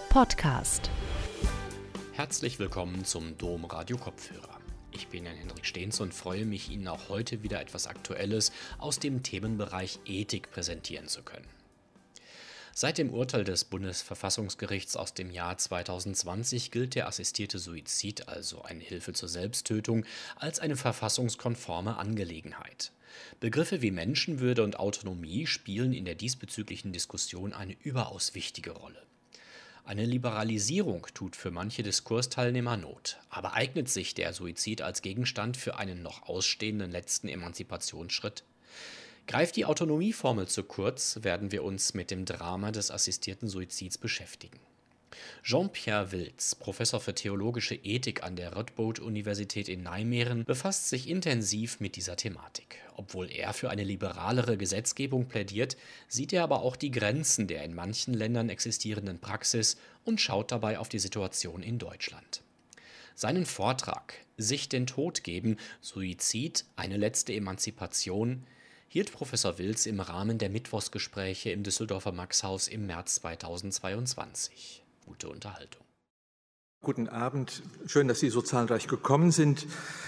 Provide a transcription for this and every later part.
Podcast. Herzlich willkommen zum Domradio Kopfhörer. Ich bin Jan-Henrik Stehns und freue mich, Ihnen auch heute wieder etwas Aktuelles aus dem Themenbereich Ethik präsentieren zu können. Seit dem Urteil des Bundesverfassungsgerichts aus dem Jahr 2020 gilt der assistierte Suizid, also eine Hilfe zur Selbsttötung, als eine verfassungskonforme Angelegenheit. Begriffe wie Menschenwürde und Autonomie spielen in der diesbezüglichen Diskussion eine überaus wichtige Rolle. Eine Liberalisierung tut für manche Diskursteilnehmer Not, aber eignet sich der Suizid als Gegenstand für einen noch ausstehenden letzten Emanzipationsschritt? Greift die Autonomieformel zu kurz, werden wir uns mit dem Drama des assistierten Suizids beschäftigen. Jean-Pierre Wilz, Professor für theologische Ethik an der Radboud-Universität in Nijmegen, befasst sich intensiv mit dieser Thematik. Obwohl er für eine liberalere Gesetzgebung plädiert, sieht er aber auch die Grenzen der in manchen Ländern existierenden Praxis und schaut dabei auf die Situation in Deutschland. Seinen Vortrag »Sich den Tod geben, Suizid, eine letzte Emanzipation« hielt Professor Wilz im Rahmen der Mittwochsgespräche im Düsseldorfer Maxhaus im März 2022. Gute Unterhaltung. Guten Abend, schön, dass Sie so zahlreich gekommen sind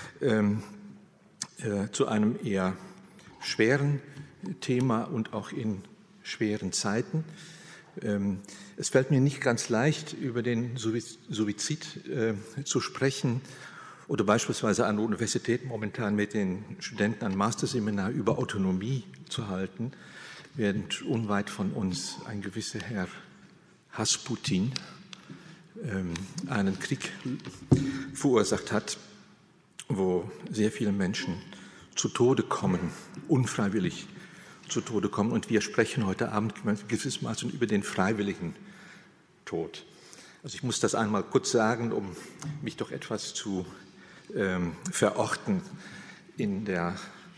zu einem eher schweren Thema und auch in schweren Zeiten. Es fällt mir nicht ganz leicht, über den Suizid zu sprechen oder beispielsweise an der Universität momentan mit den Studenten ein Masterseminar über Autonomie zu halten, während unweit von uns ein gewisser Herr Rasputin einen Krieg verursacht hat, wo sehr viele Menschen zu Tode kommen, unfreiwillig zu Tode kommen. Und wir sprechen heute Abend gewissermaßen über den freiwilligen Tod. Also ich muss das einmal kurz sagen, um mich doch etwas zu verorten in der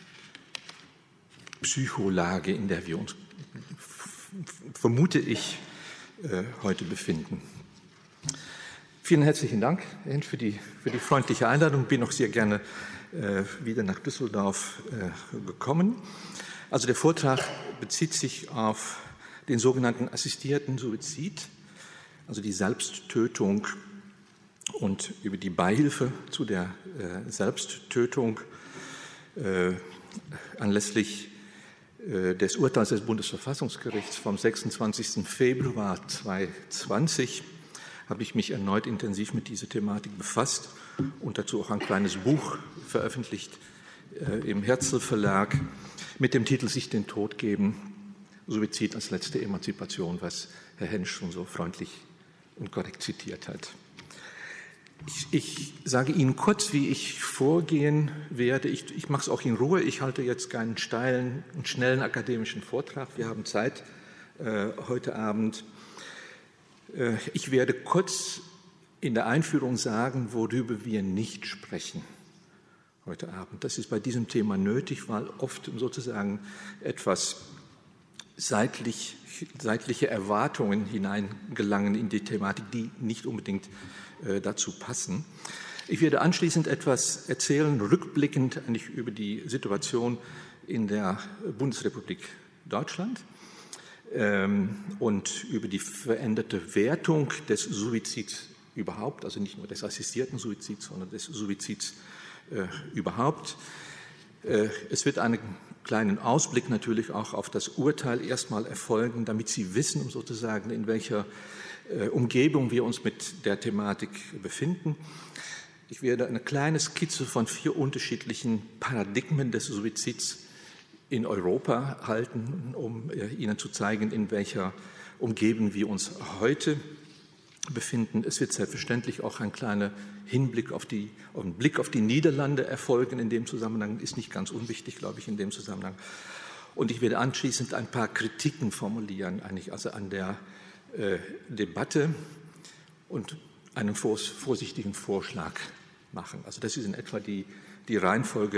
Psycholage, in der wir uns, vermute ich, heute befinden. Vielen herzlichen Dank für die freundliche Einladung. Ich bin auch sehr gerne wieder nach Düsseldorf gekommen. Also der Vortrag bezieht sich auf den sogenannten assistierten Suizid, also die Selbsttötung und über die Beihilfe zu der Selbsttötung anlässlich des Urteils des Bundesverfassungsgerichts vom 26. Februar 2020 habe ich mich erneut intensiv mit dieser Thematik befasst und dazu auch ein kleines Buch veröffentlicht im Herzl Verlag mit dem Titel »Sich den Tod geben, Suizid als letzte Emanzipation«, was Herr Hensch schon so freundlich und korrekt zitiert hat. Ich sage Ihnen kurz, wie ich vorgehen werde. Ich mache es auch in Ruhe. Ich halte jetzt keinen steilen und schnellen akademischen Vortrag. Wir haben Zeit heute Abend. Ich werde kurz in der Einführung sagen, worüber wir nicht sprechen heute Abend. Das ist bei diesem Thema nötig, weil oft sozusagen etwas seitliche Erwartungen hineingelangen in die Thematik, die nicht unbedingt dazu passen. Ich werde anschließend etwas erzählen, rückblickend eigentlich über die Situation in der Bundesrepublik Deutschland und über die veränderte Wertung des Suizids überhaupt, also nicht nur des assistierten Suizids, sondern des Suizids überhaupt. Es wird einen kleinen Ausblick natürlich auch auf das Urteil erstmal erfolgen, damit Sie wissen, sozusagen, in welcher Umgebung wir uns mit der Thematik befinden. Ich werde eine kleine Skizze von 4 unterschiedlichen Paradigmen des Suizids in Europa halten, um Ihnen zu zeigen, in welcher Umgebung wir uns heute befinden. Es wird selbstverständlich auch ein kleiner Blick auf die Niederlande erfolgen. In dem Zusammenhang ist nicht ganz unwichtig, glaube ich, in dem Zusammenhang. Und ich werde anschließend ein paar Kritiken formulieren, eigentlich also an der Debatte und einen vorsichtigen Vorschlag machen. Also das ist in etwa die Reihenfolge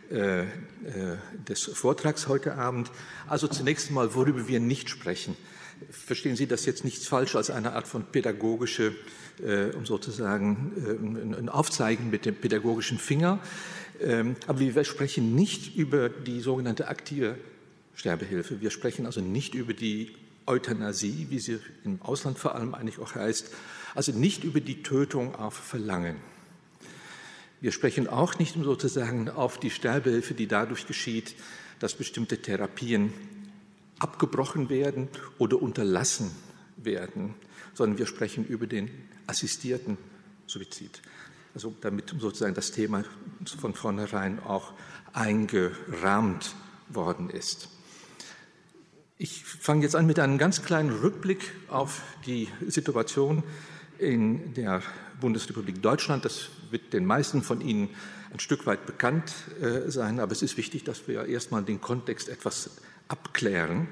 des Vortrags heute Abend. Also zunächst einmal, worüber wir nicht sprechen. Verstehen Sie das jetzt nicht falsch als eine Art von pädagogische, um sozusagen ein Aufzeigen mit dem pädagogischen Finger. Aber wir sprechen nicht über die sogenannte aktive Sterbehilfe. Wir sprechen also nicht über die Euthanasie, wie sie im Ausland vor allem eigentlich auch heißt, also nicht über die Tötung auf Verlangen. Wir sprechen auch nicht sozusagen auf die Sterbehilfe, die dadurch geschieht, dass bestimmte Therapien abgebrochen werden oder unterlassen werden, sondern wir sprechen über den assistierten Suizid. Also damit sozusagen das Thema von vornherein auch eingerahmt worden ist. Ich fange jetzt an mit einem ganz kleinen Rückblick auf die Situation in der Bundesrepublik Deutschland. Das wird den meisten von Ihnen ein Stück weit bekannt sein, aber es ist wichtig, dass wir erstmal den Kontext etwas abklären.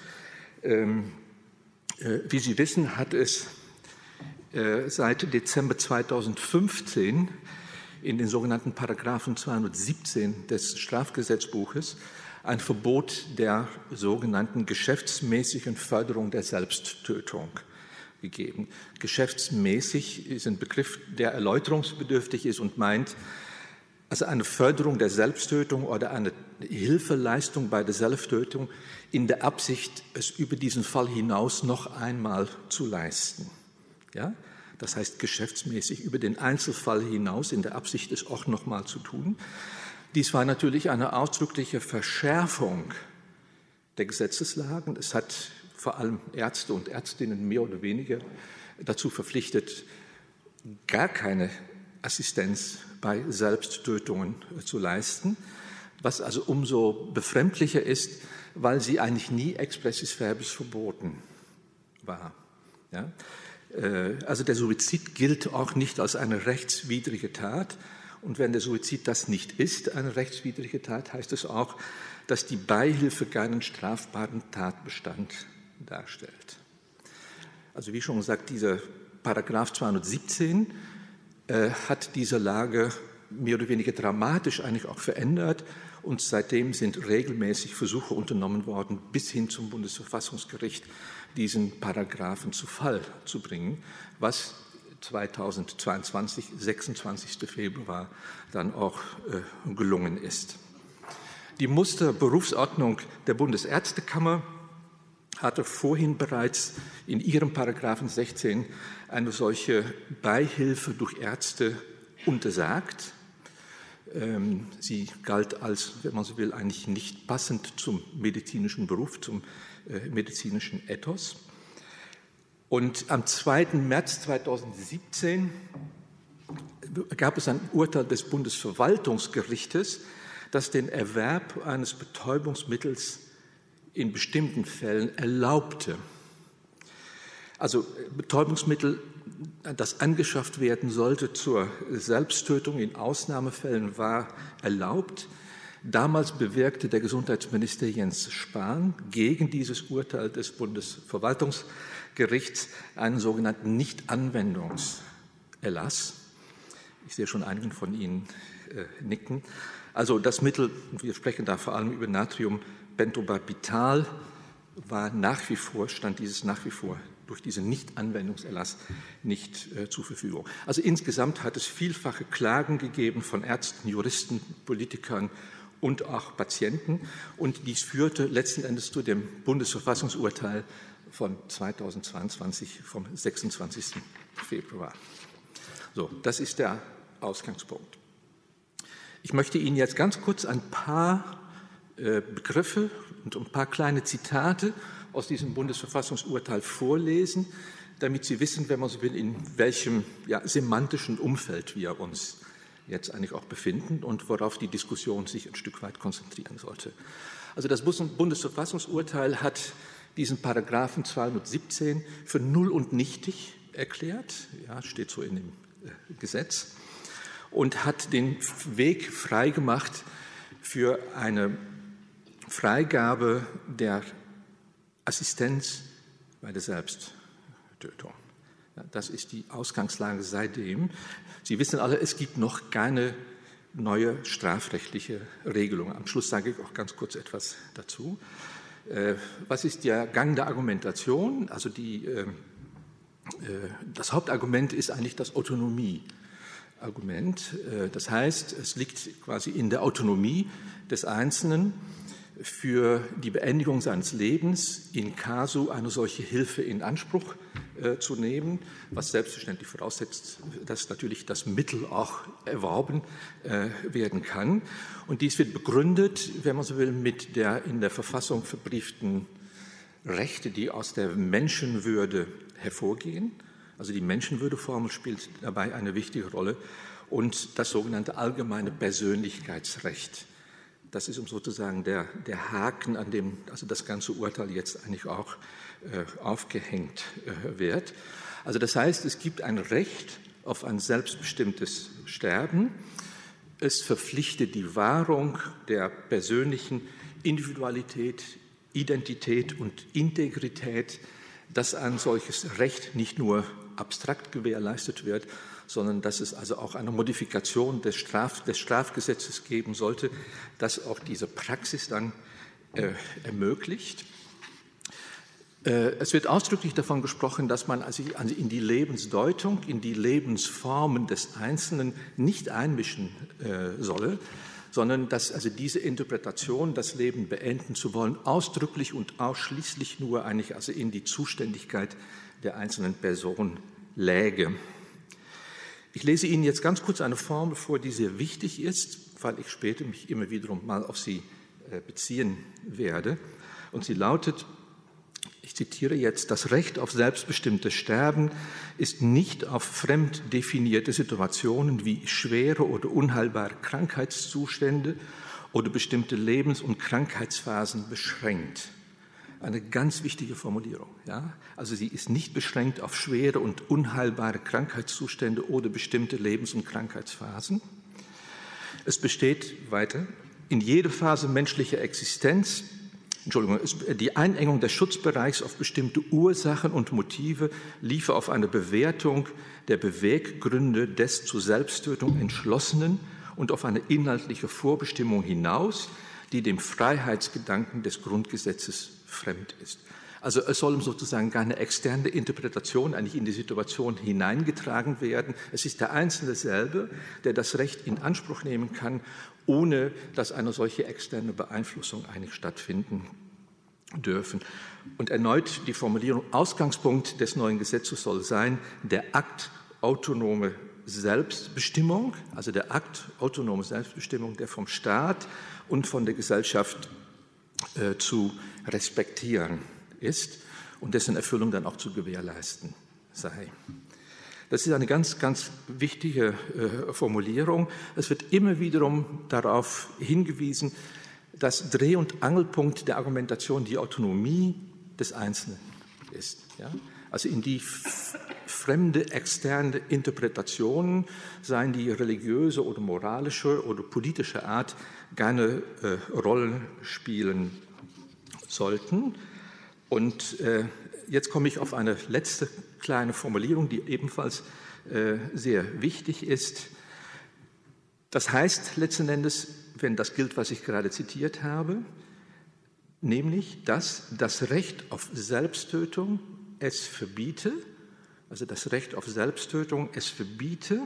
Wie Sie wissen, hat es seit Dezember 2015 in den sogenannten Paragraphen 217 des Strafgesetzbuches ein Verbot der sogenannten geschäftsmäßigen Förderung der Selbsttötung gegeben. Geschäftsmäßig ist ein Begriff, der erläuterungsbedürftig ist und meint, also eine Förderung der Selbsttötung oder eine Hilfeleistung bei der Selbsttötung in der Absicht, es über diesen Fall hinaus noch einmal zu leisten. Ja? Das heißt, geschäftsmäßig über den Einzelfall hinaus in der Absicht, es auch noch mal zu tun. Dies war natürlich eine ausdrückliche Verschärfung der Gesetzeslagen. Es hat vor allem Ärzte und Ärztinnen mehr oder weniger dazu verpflichtet, gar keine Assistenz bei Selbsttötungen zu leisten, was also umso befremdlicher ist, weil sie eigentlich nie expressis verbis verboten war. Ja? Also der Suizid gilt auch nicht als eine rechtswidrige Tat. Und wenn der Suizid das nicht ist, eine rechtswidrige Tat, heißt es auch, dass die Beihilfe keinen strafbaren Tatbestand darstellt. Also wie schon gesagt, dieser Paragraph 217 hat diese Lage mehr oder weniger dramatisch eigentlich auch verändert und seitdem sind regelmäßig Versuche unternommen worden, bis hin zum Bundesverfassungsgericht diesen Paragraphen zu Fall zu bringen, was 2022, 26. Februar, dann auch gelungen ist. Die Musterberufsordnung der Bundesärztekammer hatte vorhin bereits in ihrem Paragraphen 16 eine solche Beihilfe durch Ärzte untersagt. Sie galt als, wenn man so will, eigentlich nicht passend zum medizinischen Beruf, zum medizinischen Ethos. Und am 2. März 2017 gab es ein Urteil des Bundesverwaltungsgerichtes, das den Erwerb eines Betäubungsmittels in bestimmten Fällen erlaubte. Also Betäubungsmittel, das angeschafft werden sollte zur Selbsttötung in Ausnahmefällen, war erlaubt. Damals bewirkte der Gesundheitsminister Jens Spahn gegen dieses Urteil des Bundesverwaltungsgerichts einen sogenannten Nichtanwendungserlass. Ich sehe schon einigen von Ihnen nicken. Also das Mittel, wir sprechen da vor allem über Natriumbentobarbital, stand dieses nach wie vor durch diesen Nichtanwendungserlass nicht zur Verfügung. Also insgesamt hat es vielfache Klagen gegeben von Ärzten, Juristen, Politikern und auch Patienten. Und dies führte letzten Endes zu dem Bundesverfassungsurteil von 2022 vom 26. Februar. So, das ist der Ausgangspunkt. Ich möchte Ihnen jetzt ganz kurz ein paar Begriffe und ein paar kleine Zitate aus diesem Bundesverfassungsurteil vorlesen, damit Sie wissen, wenn man so will, in welchem semantischen Umfeld wir uns jetzt eigentlich auch befinden und worauf die Diskussion sich ein Stück weit konzentrieren sollte. Also das Bundesverfassungsurteil hat diesen Paragraphen 217 für null und nichtig erklärt, ja, steht so in dem Gesetz, und hat den Weg freigemacht für eine Freigabe der Assistenz bei der Selbsttötung. Ja, das ist die Ausgangslage seitdem. Sie wissen alle, es gibt noch keine neue strafrechtliche Regelung. Am Schluss sage ich auch ganz kurz etwas dazu. Was ist der Gang der Argumentation? Also das Hauptargument ist eigentlich das Autonomieargument. Das heißt, es liegt quasi in der Autonomie des Einzelnen, für die Beendigung seines Lebens in casu eine solche Hilfe in Anspruch zu nehmen, was selbstverständlich voraussetzt, dass natürlich das Mittel auch erworben werden kann. Und dies wird begründet, wenn man so will, mit der in der Verfassung verbrieften Rechte, die aus der Menschenwürde hervorgehen. Also die Menschenwürdeformel spielt dabei eine wichtige Rolle und das sogenannte allgemeine Persönlichkeitsrecht. Das ist sozusagen der Haken, an dem also das ganze Urteil jetzt eigentlich auch aufgehängt wird. Also das heißt, es gibt ein Recht auf ein selbstbestimmtes Sterben. Es verpflichtet die Wahrung der persönlichen Individualität, Identität und Integrität, dass ein solches Recht nicht nur abstrakt gewährleistet wird, sondern dass es also auch eine Modifikation des Strafgesetzes geben sollte, das auch diese Praxis dann ermöglicht. Es wird ausdrücklich davon gesprochen, dass man also in die Lebensdeutung, in die Lebensformen des Einzelnen nicht einmischen solle, sondern dass also diese Interpretation, das Leben beenden zu wollen, ausdrücklich und ausschließlich nur eigentlich also in die Zuständigkeit der einzelnen Person läge. Ich lese Ihnen jetzt ganz kurz eine Formel vor, die sehr wichtig ist, weil ich später mich immer wiederum mal auf sie beziehen werde. Und sie lautet, ich zitiere jetzt, das Recht auf selbstbestimmtes Sterben ist nicht auf fremd definierte Situationen wie schwere oder unheilbare Krankheitszustände oder bestimmte Lebens- und Krankheitsphasen beschränkt. Eine ganz wichtige Formulierung. Ja? Also sie ist nicht beschränkt auf schwere und unheilbare Krankheitszustände oder bestimmte Lebens- und Krankheitsphasen. Es besteht weiter in jeder Phase menschlicher Existenz, die Einengung des Schutzbereichs auf bestimmte Ursachen und Motive liefe auf eine Bewertung der Beweggründe des zur Selbsttötung Entschlossenen und auf eine inhaltliche Vorbestimmung hinaus, die dem Freiheitsgedanken des Grundgesetzes fremd ist. Also es soll sozusagen keine externe Interpretation eigentlich in die Situation hineingetragen werden. Es ist der Einzelne selber, der das Recht in Anspruch nehmen kann, ohne dass eine solche externe Beeinflussung eigentlich stattfinden dürfen. Und erneut die Formulierung, Ausgangspunkt des neuen Gesetzes soll sein, der Akt autonome Selbstbestimmung, also der Akt autonome Selbstbestimmung, der vom Staat und von der Gesellschaft zu respektieren ist und dessen Erfüllung dann auch zu gewährleisten sei. Das ist eine ganz, ganz wichtige Formulierung. Es wird immer wiederum darauf hingewiesen, dass Dreh- und Angelpunkt der Argumentation die Autonomie des Einzelnen ist. Ja? Also in die fremde, externe Interpretationen, seien die religiöse oder moralische oder politische Art, keine Rolle spielen sollten. Und jetzt komme ich auf eine letzte kleine Formulierung, die ebenfalls sehr wichtig ist. Das heißt letzten Endes, wenn das gilt, was ich gerade zitiert habe, nämlich, dass das Recht auf Selbsttötung es verbiete, also das Recht auf Selbsttötung es verbiete,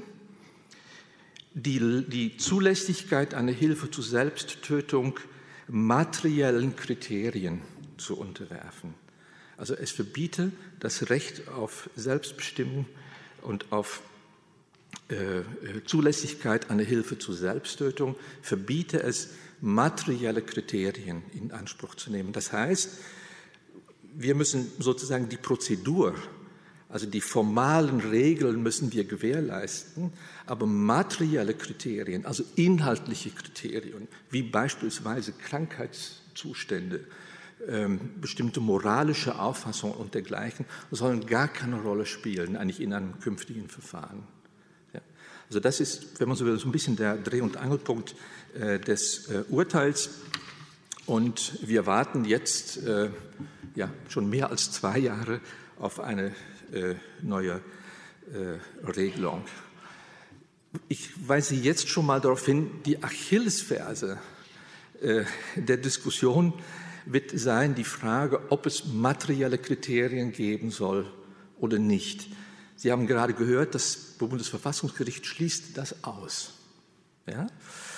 die Zulässigkeit einer Hilfe zur Selbsttötung materiellen Kriterien zu unterwerfen. Also es verbiete das Recht auf Selbstbestimmung und auf Zulässigkeit einer Hilfe zur Selbsttötung, verbiete es, materielle Kriterien in Anspruch zu nehmen. Das heißt, wir müssen sozusagen die Prozedur, also die formalen Regeln müssen wir gewährleisten, aber materielle Kriterien, also inhaltliche Kriterien, wie beispielsweise Krankheitszustände, bestimmte moralische Auffassungen und dergleichen, sollen gar keine Rolle spielen, eigentlich in einem künftigen Verfahren. Ja. Also das ist, wenn man so will, so ein bisschen der Dreh- und Angelpunkt des Urteils. Und wir warten jetzt schon mehr als 2 Jahre auf eine neue Regelung. Ich weise jetzt schon mal darauf hin, die Achillesferse der Diskussion wird sein die Frage, ob es materielle Kriterien geben soll oder nicht. Sie haben gerade gehört, das Bundesverfassungsgericht schließt das aus. Ja?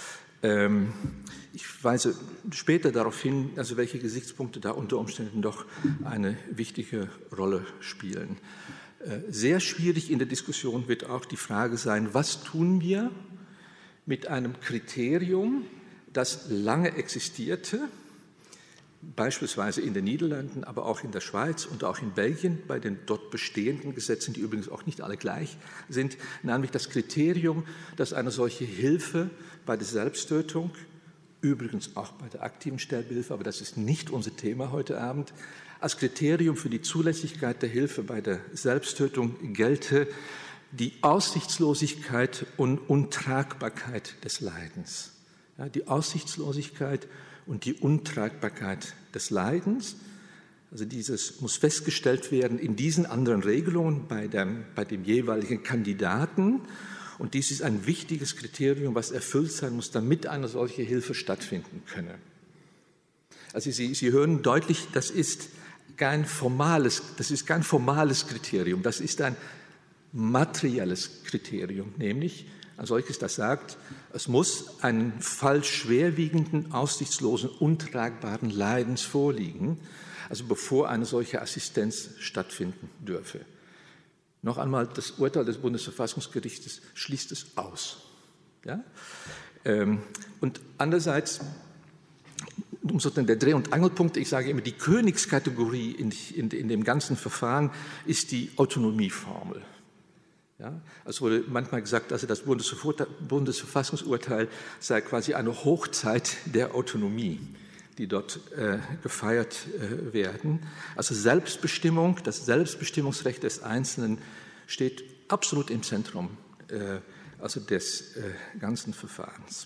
Ich weise später darauf hin, also welche Gesichtspunkte da unter Umständen doch eine wichtige Rolle spielen. Sehr schwierig in der Diskussion wird auch die Frage sein, was tun wir mit einem Kriterium, das lange existierte, beispielsweise in den Niederlanden, aber auch in der Schweiz und auch in Belgien, bei den dort bestehenden Gesetzen, die übrigens auch nicht alle gleich sind, nämlich das Kriterium, dass eine solche Hilfe bei der Selbsttötung, übrigens auch bei der aktiven Sterbehilfe, aber das ist nicht unser Thema heute Abend, als Kriterium für die Zulässigkeit der Hilfe bei der Selbsttötung gelte die Aussichtslosigkeit und Untragbarkeit des Leidens. Ja, die Aussichtslosigkeit und die Untragbarkeit des Leidens. Also dieses muss festgestellt werden in diesen anderen Regelungen bei dem jeweiligen Kandidaten. Und dies ist ein wichtiges Kriterium, was erfüllt sein muss, damit eine solche Hilfe stattfinden könne. Also Sie hören deutlich, das ist kein formales Kriterium, das ist ein materielles Kriterium, nämlich ein solches, das sagt, es muss einen Fall schwerwiegenden, aussichtslosen, untragbaren Leidens vorliegen, also bevor eine solche Assistenz stattfinden dürfe. Noch einmal, das Urteil des Bundesverfassungsgerichtes schließt es aus. Ja? Und andererseits, der Dreh- und Angelpunkt, ich sage immer, die Königskategorie in dem ganzen Verfahren ist die Autonomieformel. Ja, es wurde manchmal gesagt, also das Bundesverfassungsurteil sei quasi eine Hochzeit der Autonomie, die dort gefeiert werden. Also Selbstbestimmung, das Selbstbestimmungsrecht des Einzelnen steht absolut im Zentrum also des ganzen Verfahrens.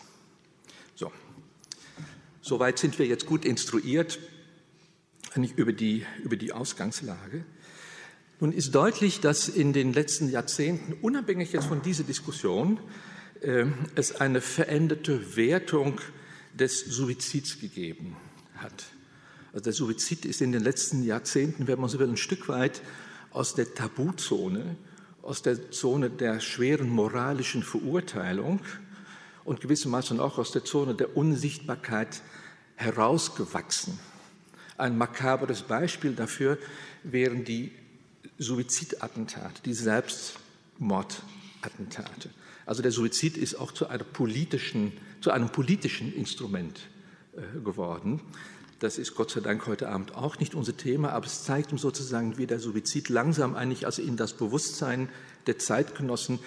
Soweit sind wir jetzt gut instruiert über die Ausgangslage. Nun ist deutlich, dass in den letzten Jahrzehnten, unabhängig jetzt von dieser Diskussion, es eine veränderte Wertung des Suizids gegeben hat. Also der Suizid ist in den letzten Jahrzehnten, wenn man so will, ein Stück weit aus der Tabuzone, aus der Zone der schweren moralischen Verurteilung und gewissermaßen auch aus der Zone der Unsichtbarkeit herausgewachsen. Ein makabres Beispiel dafür wären die Suizidattentate, die Selbstmordattentate. Also der Suizid ist auch zu einem politischen Instrument geworden. Das ist Gott sei Dank heute Abend auch nicht unser Thema, aber es zeigt uns sozusagen, wie der Suizid langsam eigentlich also in das Bewusstsein der Zeitgenossen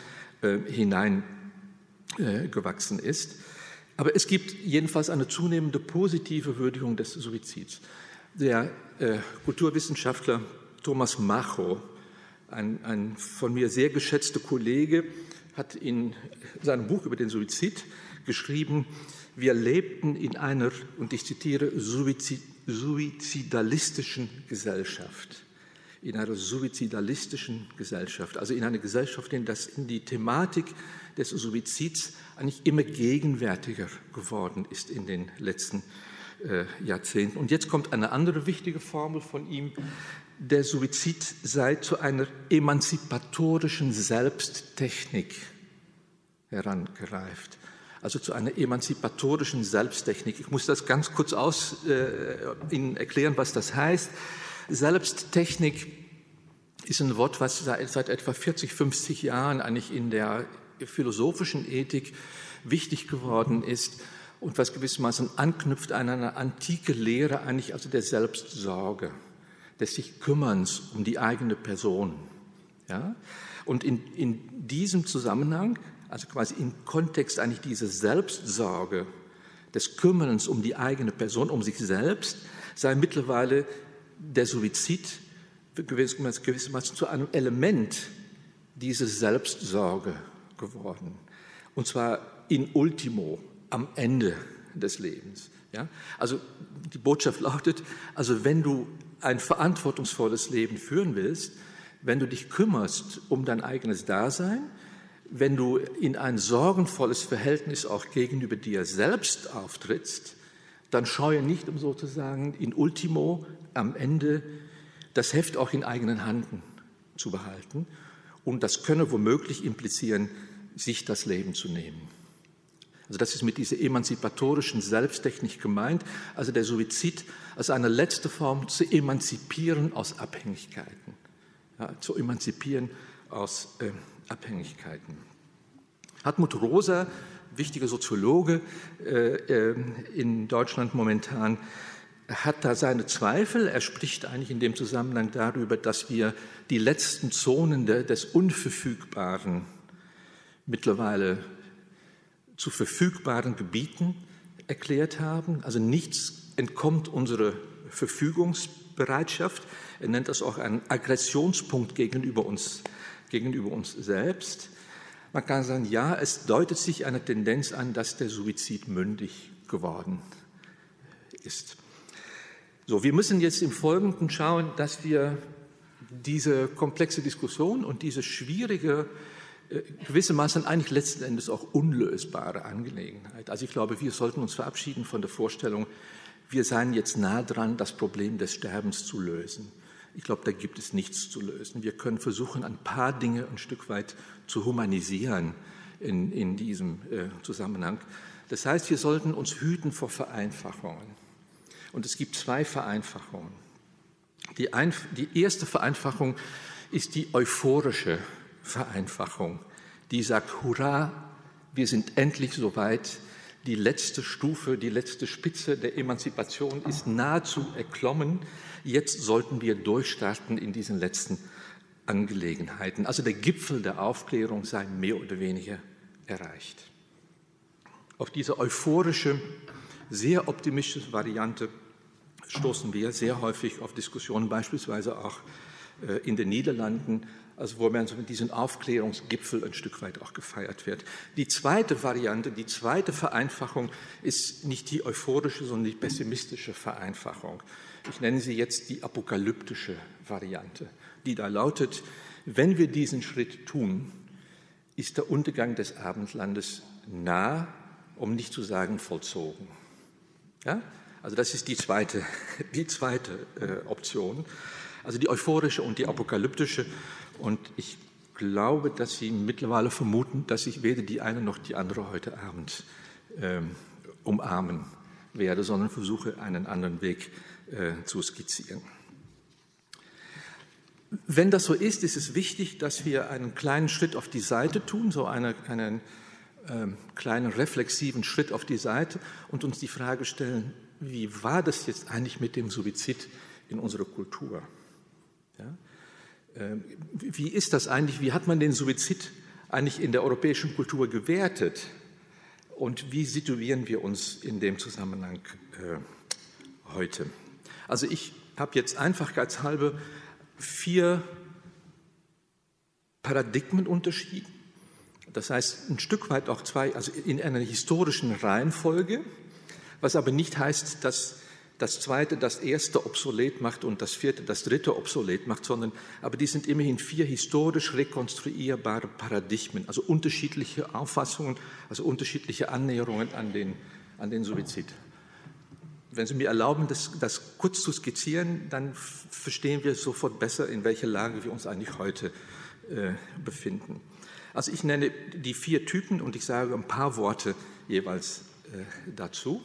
hineingewachsen ist. Aber es gibt jedenfalls eine zunehmende positive Würdigung des Suizids. Der Kulturwissenschaftler Thomas Macho, ein von mir sehr geschätzter Kollege, hat in seinem Buch über den Suizid geschrieben, wir lebten in einer, und ich zitiere, suizidalistischen Gesellschaft. In einer suizidalistischen Gesellschaft, also in einer Gesellschaft, in der die Thematik des Suizids eigentlich immer gegenwärtiger geworden ist in den letzten Jahrzehnten. Und jetzt kommt eine andere wichtige Formel von ihm, der Suizid sei zu einer emanzipatorischen Selbsttechnik herangereift. Also zu einer emanzipatorischen Selbsttechnik. Ich muss das ganz kurz Ihnen erklären, was das heißt. Selbsttechnik ist ein Wort, was seit etwa 40, 50 Jahren eigentlich in der philosophischen Ethik wichtig geworden ist und was gewissermaßen anknüpft an eine antike Lehre eigentlich also der Selbstsorge, des sich Kümmerns um die eigene Person. Ja? Und in diesem Zusammenhang, also quasi im Kontext eigentlich dieser Selbstsorge, des Kümmerns um die eigene Person, um sich selbst, sei mittlerweile der Suizid gewissermaßen zu einem Element dieser Selbstsorge geworden. Und zwar in ultimo, am Ende des Lebens. Ja? Also die Botschaft lautet, also wenn du ein verantwortungsvolles Leben führen willst, wenn du dich kümmerst um dein eigenes Dasein, wenn du in ein sorgenvolles Verhältnis auch gegenüber dir selbst auftrittst, dann scheue nicht, um sozusagen in ultimo, am Ende, das Heft auch in eigenen Händen zu behalten. Und das könne womöglich implizieren, sich das Leben zu nehmen. Also das ist mit dieser emanzipatorischen Selbsttechnik gemeint, also der Suizid als eine letzte Form zu emanzipieren aus Abhängigkeiten. Ja, zu emanzipieren aus Abhängigkeiten. Hartmut Rosa, wichtiger Soziologe in Deutschland momentan, hat da seine Zweifel. Er spricht eigentlich in dem Zusammenhang darüber, dass wir die letzten Zonen des Unverfügbaren mittlerweile zu verfügbaren Gebieten erklärt haben. Also nichts entkommt unserer Verfügungsbereitschaft. Er nennt das auch einen Aggressionspunkt gegenüber uns selbst. Man kann sagen, ja, es deutet sich eine Tendenz an, dass der Suizid mündig geworden ist. So, wir müssen jetzt im Folgenden schauen, dass wir diese komplexe Diskussion und diese schwierige, gewissermaßen eigentlich letzten Endes auch unlösbare Angelegenheit. Also ich glaube, wir sollten uns verabschieden von der Vorstellung, wir seien jetzt nah dran, das Problem des Sterbens zu lösen. Ich glaube, da gibt es nichts zu lösen. Wir können versuchen, ein paar Dinge ein Stück weit zu humanisieren in diesem Zusammenhang. Das heißt, wir sollten uns hüten vor Vereinfachungen. Und es gibt zwei Vereinfachungen. Die erste Vereinfachung ist die euphorische Vereinfachung, die sagt, hurra, wir sind endlich soweit, die letzte Stufe, die letzte Spitze der Emanzipation ist nahezu erklommen, jetzt sollten wir durchstarten in diesen letzten Angelegenheiten. Also der Gipfel der Aufklärung sei mehr oder weniger erreicht. Auf diese euphorische, sehr optimistische Variante stoßen wir sehr häufig auf Diskussionen, beispielsweise auch in den Niederlanden, also wo man so mit diesem Aufklärungsgipfel ein Stück weit auch gefeiert wird. Die zweite Variante, die zweite Vereinfachung ist nicht die euphorische, sondern die pessimistische Vereinfachung. Ich nenne sie jetzt die apokalyptische Variante, die da lautet, wenn wir diesen Schritt tun, ist der Untergang des Abendlandes nah, um nicht zu sagen vollzogen. Ja? Also das ist die zweite Option, also die euphorische und die apokalyptische. Und ich glaube, dass Sie mittlerweile vermuten, dass ich weder die eine noch die andere heute Abend umarmen werde, sondern versuche, einen anderen Weg zu skizzieren. Wenn das so ist, ist es wichtig, dass wir einen kleinen Schritt auf die Seite tun, so einen kleinen reflexiven Schritt auf die Seite und uns die Frage stellen, wie war das jetzt eigentlich mit dem Suizid in unserer Kultur? Ja? Wie ist das eigentlich, wie hat man den Suizid eigentlich in der europäischen Kultur gewertet und wie situieren wir uns in dem Zusammenhang heute? Also ich habe jetzt einfachheitshalber 4 Paradigmen unterschieden, das heißt ein Stück weit auch 2, also in einer historischen Reihenfolge, was aber nicht heißt, dass das zweite das erste obsolet macht und das vierte das dritte obsolet macht, sondern aber die sind immerhin 4 historisch rekonstruierbare Paradigmen, also unterschiedliche Auffassungen, also unterschiedliche Annäherungen an den Suizid. Wenn Sie mir erlauben, das kurz zu skizzieren, dann verstehen wir sofort besser, in welcher Lage wir uns eigentlich heute befinden. Also ich nenne die 4 Typen und ich sage ein paar Worte jeweils dazu.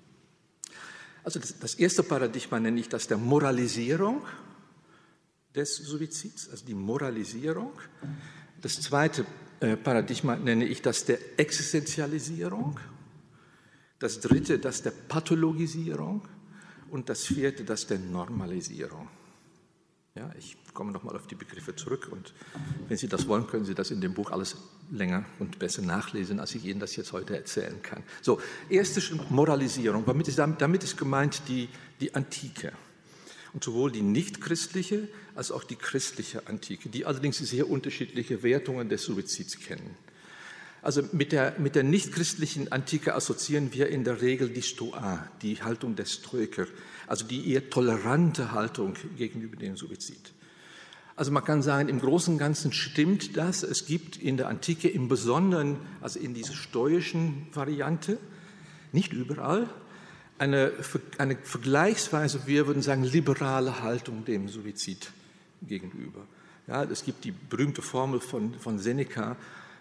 Also das erste Paradigma nenne ich das der Moralisierung des Suizids, also die Moralisierung. Das zweite Paradigma nenne ich das der Existenzialisierung. Das dritte das der Pathologisierung und das vierte das der Normalisierung. Ja, ich komme nochmal auf die Begriffe zurück und wenn Sie das wollen, können Sie das in dem Buch alles länger und besser nachlesen, als ich Ihnen das jetzt heute erzählen kann. So, erste Moralisierung, damit ist gemeint die Antike und sowohl die nichtchristliche als auch die christliche Antike, die allerdings sehr unterschiedliche Wertungen des Suizids kennen. Also mit der nichtchristlichen Antike assoziieren wir in der Regel die Stoa, die Haltung der Stoiker, also die eher tolerante Haltung gegenüber dem Suizid. Also man kann sagen, im Großen und Ganzen stimmt das. Es gibt in der Antike im Besonderen, also in dieser stoischen Variante, nicht überall, eine vergleichsweise, wir würden sagen, liberale Haltung dem Suizid gegenüber. Ja, es gibt die berühmte Formel von Seneca,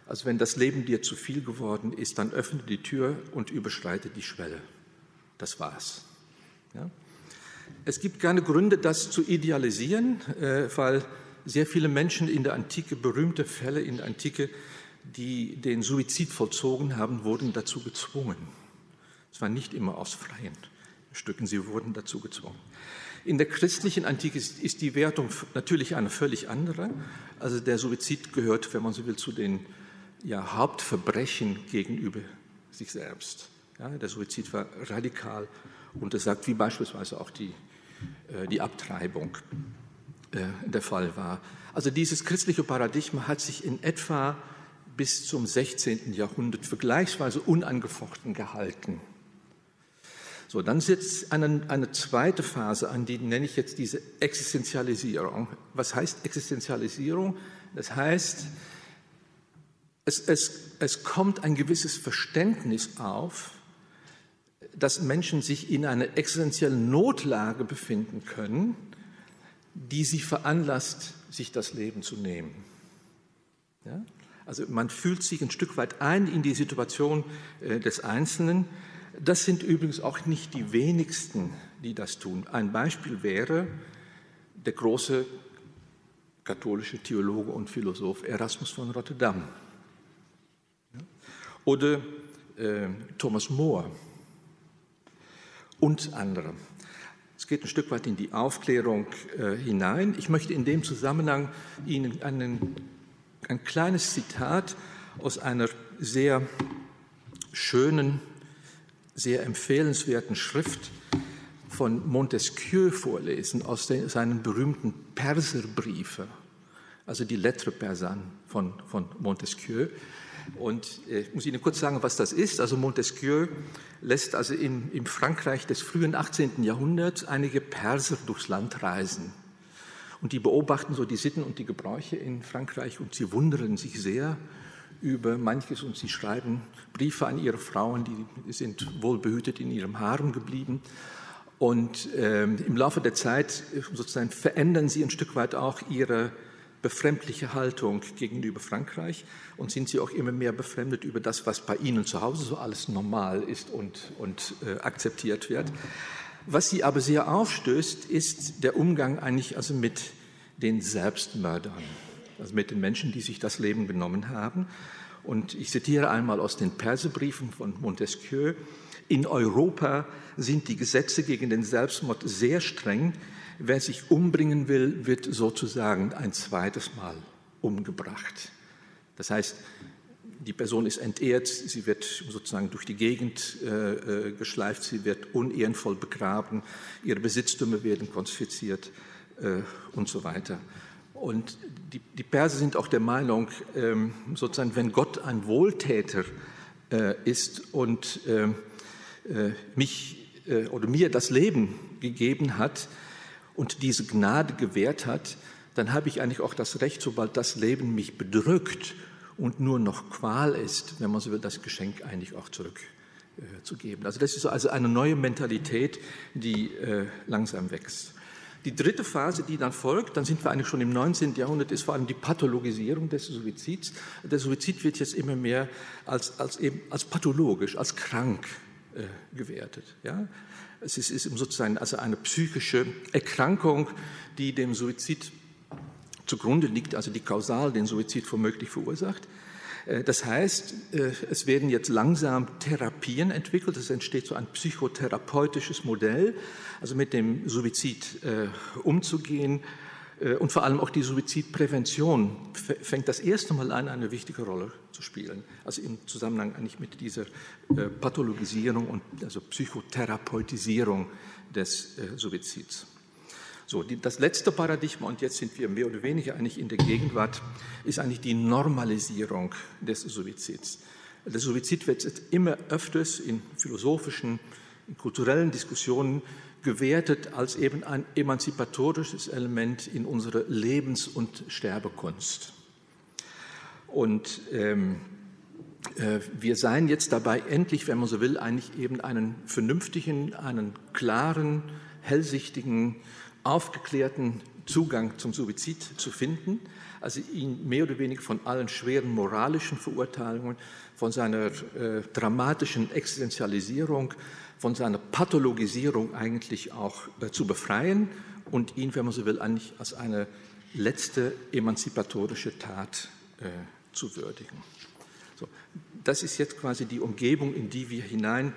Also wenn das Leben dir zu viel geworden ist, dann öffne die Tür und überschreite die Schwelle. Das war's. Ja? Es gibt keine Gründe, das zu idealisieren, weil sehr viele Menschen in der Antike, berühmte Fälle in der Antike, die den Suizid vollzogen haben, wurden dazu gezwungen. Es war nicht immer aus freien Stücken, sie wurden dazu gezwungen. In der christlichen Antike ist die Wertung natürlich eine völlig andere. Also der Suizid gehört, wenn man so will, zu den Hauptverbrechen gegenüber sich selbst. Ja, der Suizid war radikal untersagt, wie beispielsweise auch die Abtreibung der Fall war. Also dieses christliche Paradigma hat sich in etwa bis zum 16. Jahrhundert vergleichsweise unangefochten gehalten. So, dann setzt eine zweite Phase an, die nenne ich jetzt diese Existenzialisierung. Was heißt Existenzialisierung? Das heißt, es kommt ein gewisses Verständnis auf, dass Menschen sich in einer existenziellen Notlage befinden können, die sie veranlasst, sich das Leben zu nehmen. Ja? Also man fühlt sich ein Stück weit ein in die Situation des Einzelnen. Das sind übrigens auch nicht die wenigsten, die das tun. Ein Beispiel wäre der große katholische Theologe und Philosoph Erasmus von Rotterdam. Oder Thomas More und andere. Es geht ein Stück weit in die Aufklärung hinein. Ich möchte in dem Zusammenhang Ihnen ein kleines Zitat aus einer sehr schönen, sehr empfehlenswerten Schrift von Montesquieu vorlesen, aus seinen berühmten Perserbriefe, also die Lettres persanes von Montesquieu. Und ich muss Ihnen kurz sagen, was das ist. Also Montesquieu lässt also im Frankreich des frühen 18. Jahrhunderts einige Perser durchs Land reisen. Und die beobachten so die Sitten und die Gebräuche in Frankreich und sie wundern sich sehr über manches und sie schreiben Briefe an ihre Frauen, die sind wohlbehütet in ihrem Harem geblieben. Und im Laufe der Zeit sozusagen verändern sie ein Stück weit auch ihre befremdliche Haltung gegenüber Frankreich und sind sie auch immer mehr befremdet über das, was bei ihnen zu Hause so alles normal ist und akzeptiert wird. Was sie aber sehr aufstößt, ist der Umgang eigentlich also mit den Selbstmördern, also mit den Menschen, die sich das Leben genommen haben. Und ich zitiere einmal aus den Perserbriefen von Montesquieu: In Europa sind die Gesetze gegen den Selbstmord sehr streng. Wer sich umbringen will, wird sozusagen ein zweites Mal umgebracht. Das heißt, die Person ist entehrt, sie wird sozusagen durch die Gegend geschleift, sie wird unehrenvoll begraben, ihre Besitztümer werden konfisziert und so weiter. Und die Perser sind auch der Meinung, sozusagen, wenn Gott ein Wohltäter ist und mir das Leben gegeben hat und diese Gnade gewährt hat, dann habe ich eigentlich auch das Recht, sobald das Leben mich bedrückt und nur noch Qual ist, wenn man so will, das Geschenk eigentlich auch zurückzugeben. Also das ist also eine neue Mentalität, die langsam wächst. Die dritte Phase, die dann folgt, dann sind wir eigentlich schon im 19. Jahrhundert, ist vor allem die Pathologisierung des Suizids. Der Suizid wird jetzt immer mehr als pathologisch, als krank gewertet. Ja? Es ist sozusagen also eine psychische Erkrankung, die dem Suizid zugrunde liegt, also die kausal den Suizid womöglich verursacht. Das heißt, es werden jetzt langsam Therapien entwickelt, es entsteht so ein psychotherapeutisches Modell, also mit dem Suizid umzugehen und vor allem auch die Suizidprävention fängt das erste Mal an, eine wichtige Rolle zu spielen, also im Zusammenhang eigentlich mit dieser Pathologisierung und also Psychotherapeutisierung des Suizids. So, das letzte Paradigma, und jetzt sind wir mehr oder weniger eigentlich in der Gegenwart, ist eigentlich die Normalisierung des Suizids. Der Suizid wird jetzt immer öfters in philosophischen, in kulturellen Diskussionen gewertet als eben ein emanzipatorisches Element in unserer Lebens- und Sterbekunst. Und wir seien jetzt dabei endlich, wenn man so will, eigentlich eben einen vernünftigen, einen klaren, hellsichtigen aufgeklärten Zugang zum Suizid zu finden, also ihn mehr oder weniger von allen schweren moralischen Verurteilungen, von seiner dramatischen Existenzialisierung, von seiner Pathologisierung eigentlich auch zu befreien und ihn, wenn man so will, eigentlich als eine letzte emanzipatorische Tat zu würdigen. So, das ist jetzt quasi die Umgebung, in die wir hinein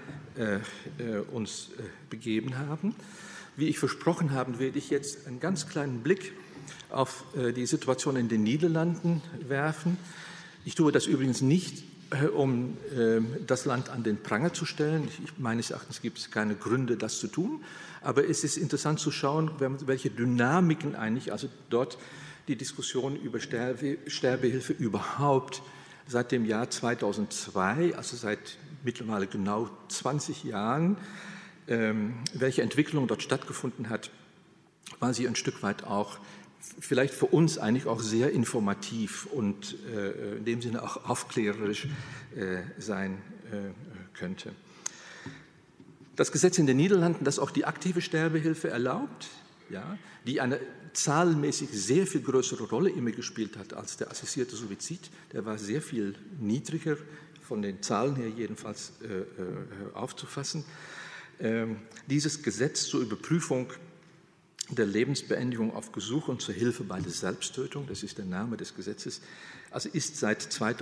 uns begeben haben. Wie ich versprochen habe, werde ich jetzt einen ganz kleinen Blick auf die Situation in den Niederlanden werfen. Ich tue das übrigens nicht, um das Land an den Pranger zu stellen. Meines Erachtens gibt es keine Gründe, das zu tun. Aber es ist interessant zu schauen, welche Dynamiken eigentlich, also dort die Diskussion über Sterbehilfe überhaupt seit dem Jahr 2002, also seit mittlerweile genau 20 Jahren, welche Entwicklung dort stattgefunden hat, war sie ein Stück weit auch vielleicht für uns eigentlich auch sehr informativ und in dem Sinne auch aufklärerisch sein könnte. Das Gesetz in den Niederlanden, das auch die aktive Sterbehilfe erlaubt, ja, die eine zahlenmäßig sehr viel größere Rolle immer gespielt hat als der assistierte Suizid, der war sehr viel niedriger, von den Zahlen her jedenfalls aufzufassen. Dieses Gesetz zur Überprüfung der Lebensbeendigung auf Gesuch und zur Hilfe bei der Selbsttötung, das ist der Name des Gesetzes, also ist seit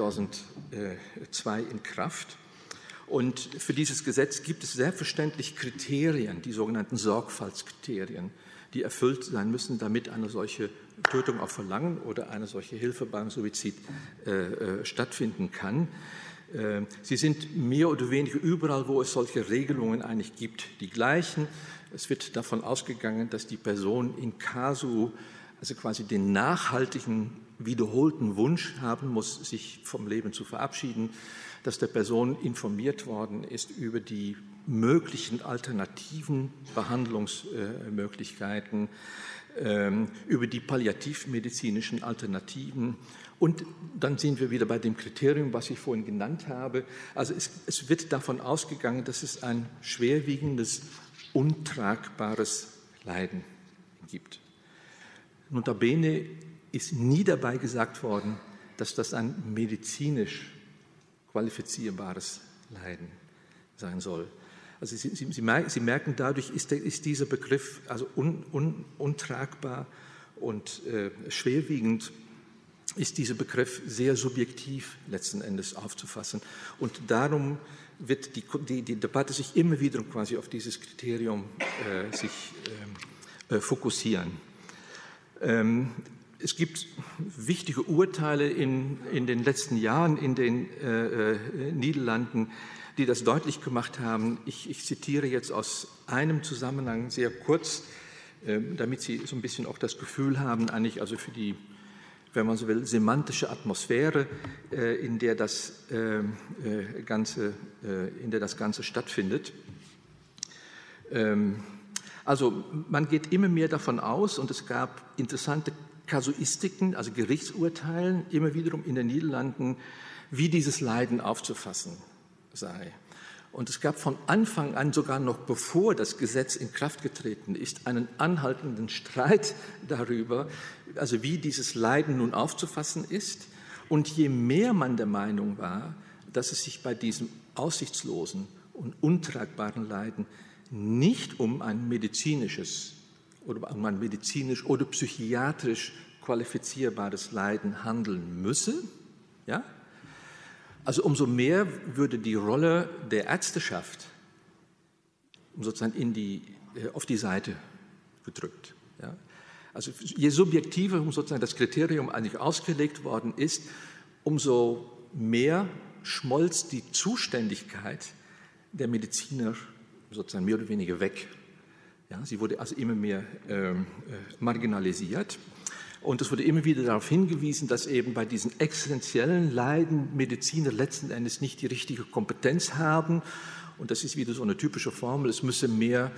2002 in Kraft. Und für dieses Gesetz gibt es selbstverständlich Kriterien, die sogenannten Sorgfaltskriterien, die erfüllt sein müssen, damit eine solche Tötung auf Verlangen oder eine solche Hilfe beim Suizid stattfinden kann. Sie sind mehr oder weniger überall, wo es solche Regelungen eigentlich gibt, die gleichen. Es wird davon ausgegangen, dass die Person in casu, also quasi den nachhaltigen, wiederholten Wunsch haben muss, sich vom Leben zu verabschieden, dass der Person informiert worden ist über die möglichen alternativen Behandlungsmöglichkeiten, über die palliativmedizinischen Alternativen. Und dann sind wir wieder bei dem Kriterium, was ich vorhin genannt habe. Also es wird davon ausgegangen, dass es ein schwerwiegendes, untragbares Leiden gibt. Notabene ist nie dabei gesagt worden, dass das ein medizinisch qualifizierbares Leiden sein soll. Also Sie merken, dadurch ist dieser Begriff also untragbar und schwerwiegend ist dieser Begriff sehr subjektiv letzten Endes aufzufassen. Und darum wird die Debatte sich immer wieder quasi auf dieses Kriterium fokussieren. Es gibt wichtige Urteile in den letzten Jahren in den Niederlanden, die das deutlich gemacht haben. Ich zitiere jetzt aus einem Zusammenhang sehr kurz, damit Sie so ein bisschen auch das Gefühl haben, eigentlich also für die, wenn man so will, semantische Atmosphäre, in der das Ganze stattfindet. Also man geht immer mehr davon aus, und es gab interessante Kasuistiken, also Gerichtsurteilen, immer wiederum in den Niederlanden, wie dieses Leiden aufzufassen sei. Und es gab von Anfang an, sogar noch bevor das Gesetz in Kraft getreten ist, einen anhaltenden Streit darüber, also wie dieses Leiden nun aufzufassen ist. Und je mehr man der Meinung war, dass es sich bei diesem aussichtslosen und untragbaren Leiden nicht um ein medizinisches oder um ein medizinisch oder psychiatrisch qualifizierbares Leiden handeln müsse, ja? Also umso mehr würde die Rolle der Ärzteschaft sozusagen auf die Seite gedrückt. Ja? Also je subjektiver sozusagen das Kriterium eigentlich ausgelegt worden ist, umso mehr schmolz die Zuständigkeit der Mediziner sozusagen mehr oder weniger weg. Ja, sie wurde also immer mehr marginalisiert. Und es wurde immer wieder darauf hingewiesen, dass eben bei diesen existenziellen Leiden Mediziner letzten Endes nicht die richtige Kompetenz haben. Und das ist wieder so eine typische Formel. Es müsse mehr,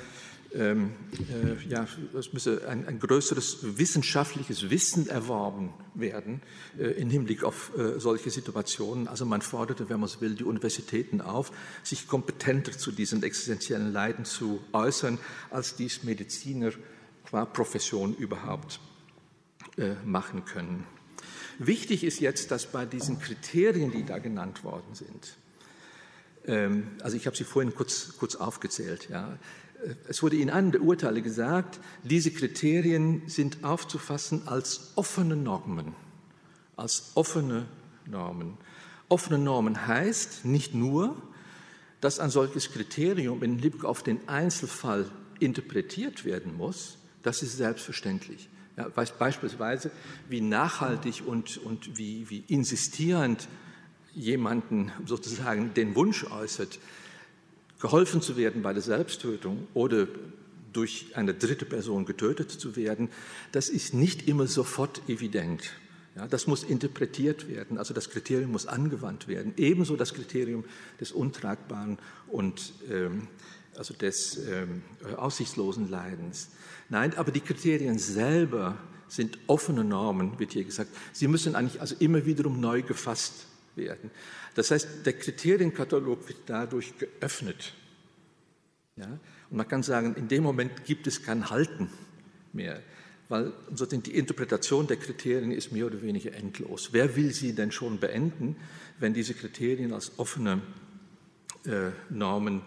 es müsse ein größeres wissenschaftliches Wissen erworben werden im Hinblick auf solche Situationen. Also man forderte, wenn man es will, die Universitäten auf, sich kompetenter zu diesen existenziellen Leiden zu äußern, als dies Mediziner qua Profession überhaupt machen können. Wichtig ist jetzt, dass bei diesen Kriterien, die da genannt worden sind, also ich habe sie vorhin kurz aufgezählt, ja, es wurde in einem der Urteile gesagt, diese Kriterien sind aufzufassen als offene Normen. Als offene Normen. Offene Normen heißt nicht nur, dass ein solches Kriterium im Hinblick auf den Einzelfall interpretiert werden muss, das ist selbstverständlich. Ja, beispielsweise, wie nachhaltig und wie insistierend jemanden sozusagen den Wunsch äußert, geholfen zu werden bei der Selbsttötung oder durch eine dritte Person getötet zu werden, das ist nicht immer sofort evident. Ja, das muss interpretiert werden, also das Kriterium muss angewandt werden. Ebenso das Kriterium des untragbaren und also des aussichtslosen Leidens. Nein, aber die Kriterien selber sind offene Normen, wird hier gesagt. Sie müssen eigentlich also immer wiederum neu gefasst werden. Das heißt, der Kriterienkatalog wird dadurch geöffnet. Ja? Und man kann sagen, in dem Moment gibt es kein Halten mehr, weil sozusagen die Interpretation der Kriterien ist mehr oder weniger endlos. Wer will sie denn schon beenden, wenn diese Kriterien als offene Normen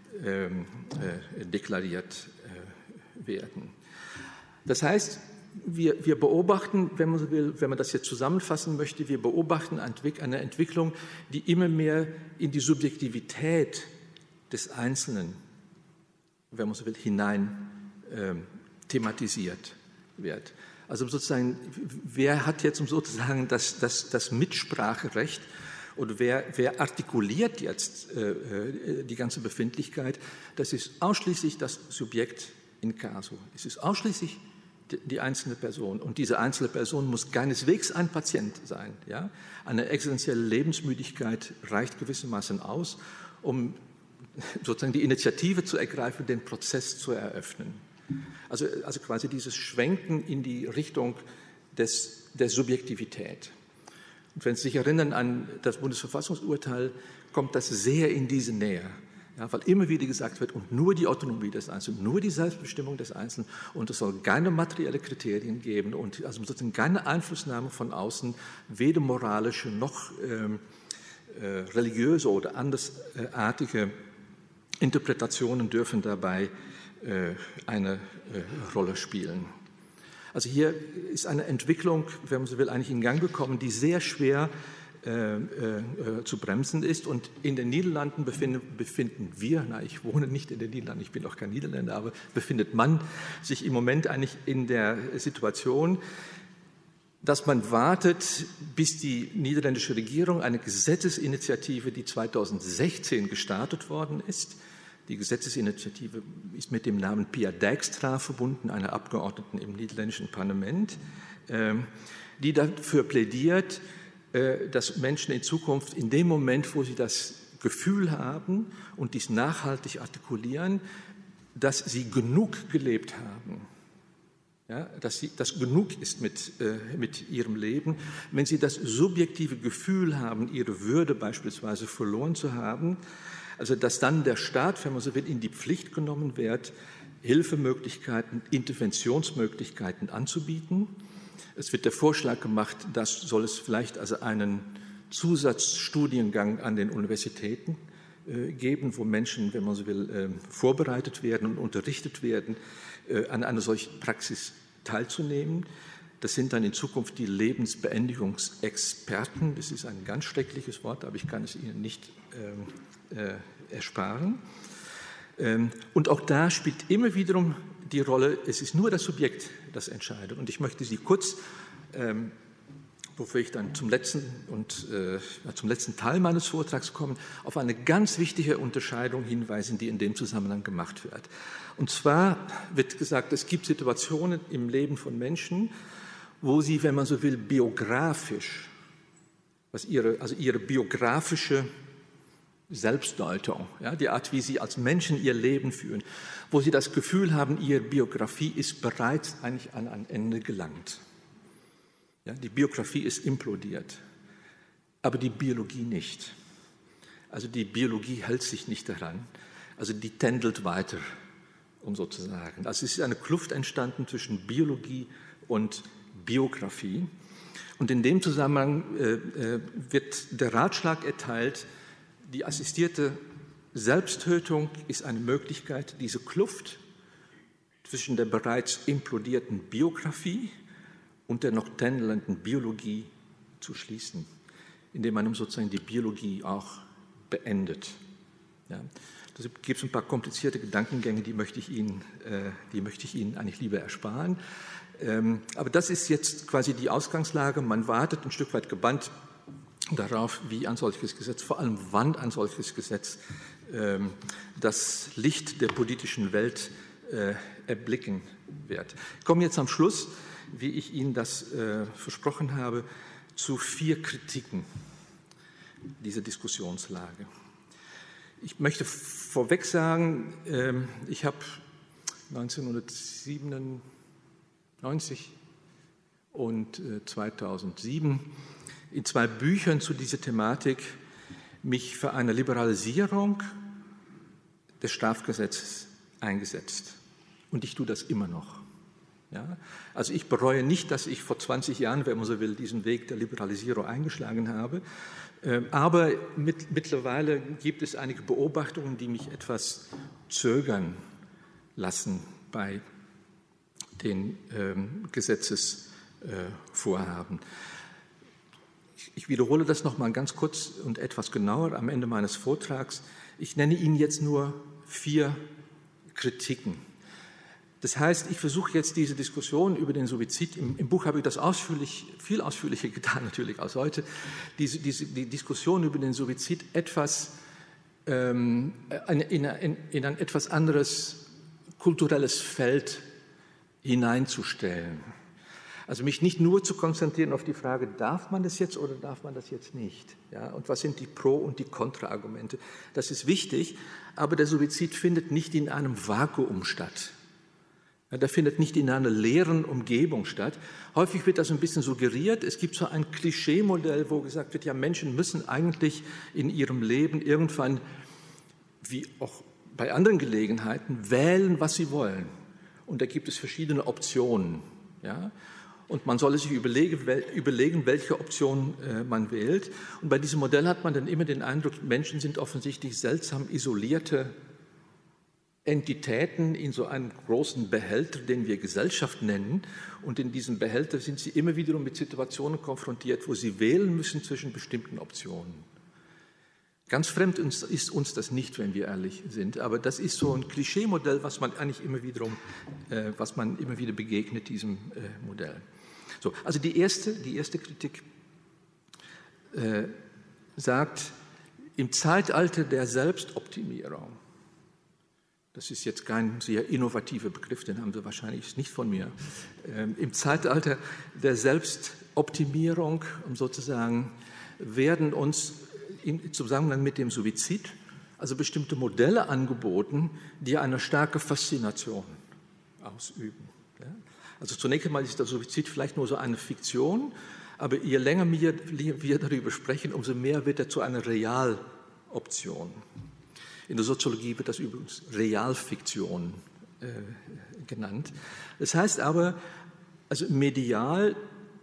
deklariert werden? Das heißt, wir beobachten, wenn man so will, wenn man das jetzt zusammenfassen möchte, wir beobachten eine Entwicklung, die immer mehr in die Subjektivität des Einzelnen, wenn man so will, hinein thematisiert wird. Also sozusagen, wer hat jetzt sozusagen das Mitspracherecht oder wer artikuliert jetzt die ganze Befindlichkeit? Das ist ausschließlich das Subjekt in casu. Es ist ausschließlich die einzelne Person. Und diese einzelne Person muss keineswegs ein Patient sein. Ja? Eine existenzielle Lebensmüdigkeit reicht gewissermaßen aus, um sozusagen die Initiative zu ergreifen, den Prozess zu eröffnen. Also quasi dieses Schwenken in die Richtung der Subjektivität. Und wenn Sie sich erinnern an das Bundesverfassungsurteil, kommt das sehr in diese Nähe. Ja, weil immer wieder gesagt wird, und nur die Autonomie des Einzelnen, nur die Selbstbestimmung des Einzelnen, und es soll keine materielle Kriterien geben und also sozusagen keine Einflussnahme von außen, weder moralische noch religiöse oder andersartige Interpretationen dürfen dabei eine Rolle spielen. Also hier ist eine Entwicklung, wenn man so will, eigentlich in Gang gekommen, die sehr schwer zu bremsen ist. Und in den Niederlanden befinden wir, ich wohne nicht in den Niederlanden, ich bin auch kein Niederländer, aber befindet man sich im Moment eigentlich in der Situation, dass man wartet, bis die niederländische Regierung eine Gesetzesinitiative, die 2016 gestartet worden ist, die Gesetzesinitiative ist mit dem Namen Pia Dijkstra verbunden, einer Abgeordneten im niederländischen Parlament, die dafür plädiert, dass Menschen in Zukunft in dem Moment, wo sie das Gefühl haben und dies nachhaltig artikulieren, dass sie genug gelebt haben, ja, dass genug ist mit ihrem Leben, wenn sie das subjektive Gefühl haben, ihre Würde beispielsweise verloren zu haben, also dass dann der Staat, wenn man so will, in die Pflicht genommen wird, Hilfemöglichkeiten, Interventionsmöglichkeiten anzubieten. Es wird der Vorschlag gemacht, dass soll es vielleicht also einen Zusatzstudiengang an den Universitäten geben, wo Menschen, wenn man so will, vorbereitet werden und unterrichtet werden, an einer solchen Praxis teilzunehmen. Das sind dann in Zukunft die Lebensbeendigungsexperten. Das ist ein ganz schreckliches Wort, aber ich kann es Ihnen nicht ersparen. Und auch da spielt immer wiederum die Rolle, es ist nur das Subjekt, das entscheidet. Und ich möchte Sie kurz, bevor ich dann zum letzten Teil meines Vortrags komme, auf eine ganz wichtige Unterscheidung hinweisen, die in dem Zusammenhang gemacht wird. Und zwar wird gesagt, es gibt Situationen im Leben von Menschen, wo sie, wenn man so will, biografisch, ihre biografische Selbstdeutung, ja, die Art, wie sie als Menschen ihr Leben führen, wo sie das Gefühl haben, ihre Biografie ist bereits eigentlich an ein Ende gelangt. Ja, die Biografie ist implodiert, aber die Biologie nicht. Also die Biologie hält sich nicht daran, also die tändelt weiter um so zu sagen. Also es ist eine Kluft entstanden zwischen Biologie und Biografie. Und in dem Zusammenhang wird der Ratschlag erteilt, die assistierte Selbsttötung ist eine Möglichkeit, diese Kluft zwischen der bereits implodierten Biografie und der noch tändelnden Biologie zu schließen, indem man sozusagen die Biologie auch beendet. Ja. Da gibt es ein paar komplizierte Gedankengänge, die möchte ich Ihnen eigentlich lieber ersparen. Aber das ist jetzt quasi die Ausgangslage. Man wartet ein Stück weit gebannt darauf, wie ein solches Gesetz, vor allem wann ein solches Gesetz das Licht der politischen Welt erblicken wird. Ich komme jetzt am Schluss, wie ich Ihnen das versprochen habe, zu 4 Kritiken dieser Diskussionslage. Ich möchte vorweg sagen, ich habe 1997 und 2007 in 2 Büchern zu dieser Thematik mich für eine Liberalisierung des Strafgesetzes eingesetzt. Und ich tue das immer noch. Ja? Also ich bereue nicht, dass ich vor 20 Jahren, wenn man so will, diesen Weg der Liberalisierung eingeschlagen habe. Aber mittlerweile gibt es einige Beobachtungen, die mich etwas zögern lassen bei den Gesetzesvorhaben. Ich wiederhole das noch mal ganz kurz und etwas genauer am Ende meines Vortrags. Ich nenne Ihnen jetzt nur 4 Kritiken. Das heißt, ich versuche jetzt diese Diskussion über den Suizid, im Buch habe ich das viel ausführlicher getan natürlich als heute, die Diskussion über den Suizid etwas in ein etwas anderes kulturelles Feld hineinzustellen. Also mich nicht nur zu konzentrieren auf die Frage, darf man das jetzt oder darf man das jetzt nicht? Ja, und was sind die Pro- und die Kontraargumente? Das ist wichtig, aber der Suizid findet nicht in einem Vakuum statt. Ja, der findet nicht in einer leeren Umgebung statt. Häufig wird das ein bisschen suggeriert. Es gibt so ein Klischeemodell, wo gesagt wird, ja, Menschen müssen eigentlich in ihrem Leben irgendwann, wie auch bei anderen Gelegenheiten, wählen, was sie wollen. Und da gibt es verschiedene Optionen. Ja? Und man solle sich überlegen, welche Option man wählt. Und bei diesem Modell hat man dann immer den Eindruck, Menschen sind offensichtlich seltsam isolierte Entitäten in so einem großen Behälter, den wir Gesellschaft nennen. Und in diesem Behälter sind sie immer wiederum mit Situationen konfrontiert, wo sie wählen müssen zwischen bestimmten Optionen. Ganz fremd ist uns das nicht, wenn wir ehrlich sind. Aber das ist so ein Klischeemodell, was man eigentlich immer wieder begegnet, diesem Modell. So, also die erste Kritik sagt, im Zeitalter der Selbstoptimierung, das ist jetzt kein sehr innovativer Begriff, den haben Sie wahrscheinlich nicht von mir, im Zeitalter der Selbstoptimierung, sozusagen, werden uns im Zusammenhang mit dem Suizid also bestimmte Modelle angeboten, die eine starke Faszination ausüben. Ja? Also zunächst einmal ist der Suizid vielleicht nur so eine Fiktion, aber je länger wir darüber sprechen, umso mehr wird er zu einer Realoption. In der Soziologie wird das übrigens Realfiktion genannt. Das heißt aber, also medial,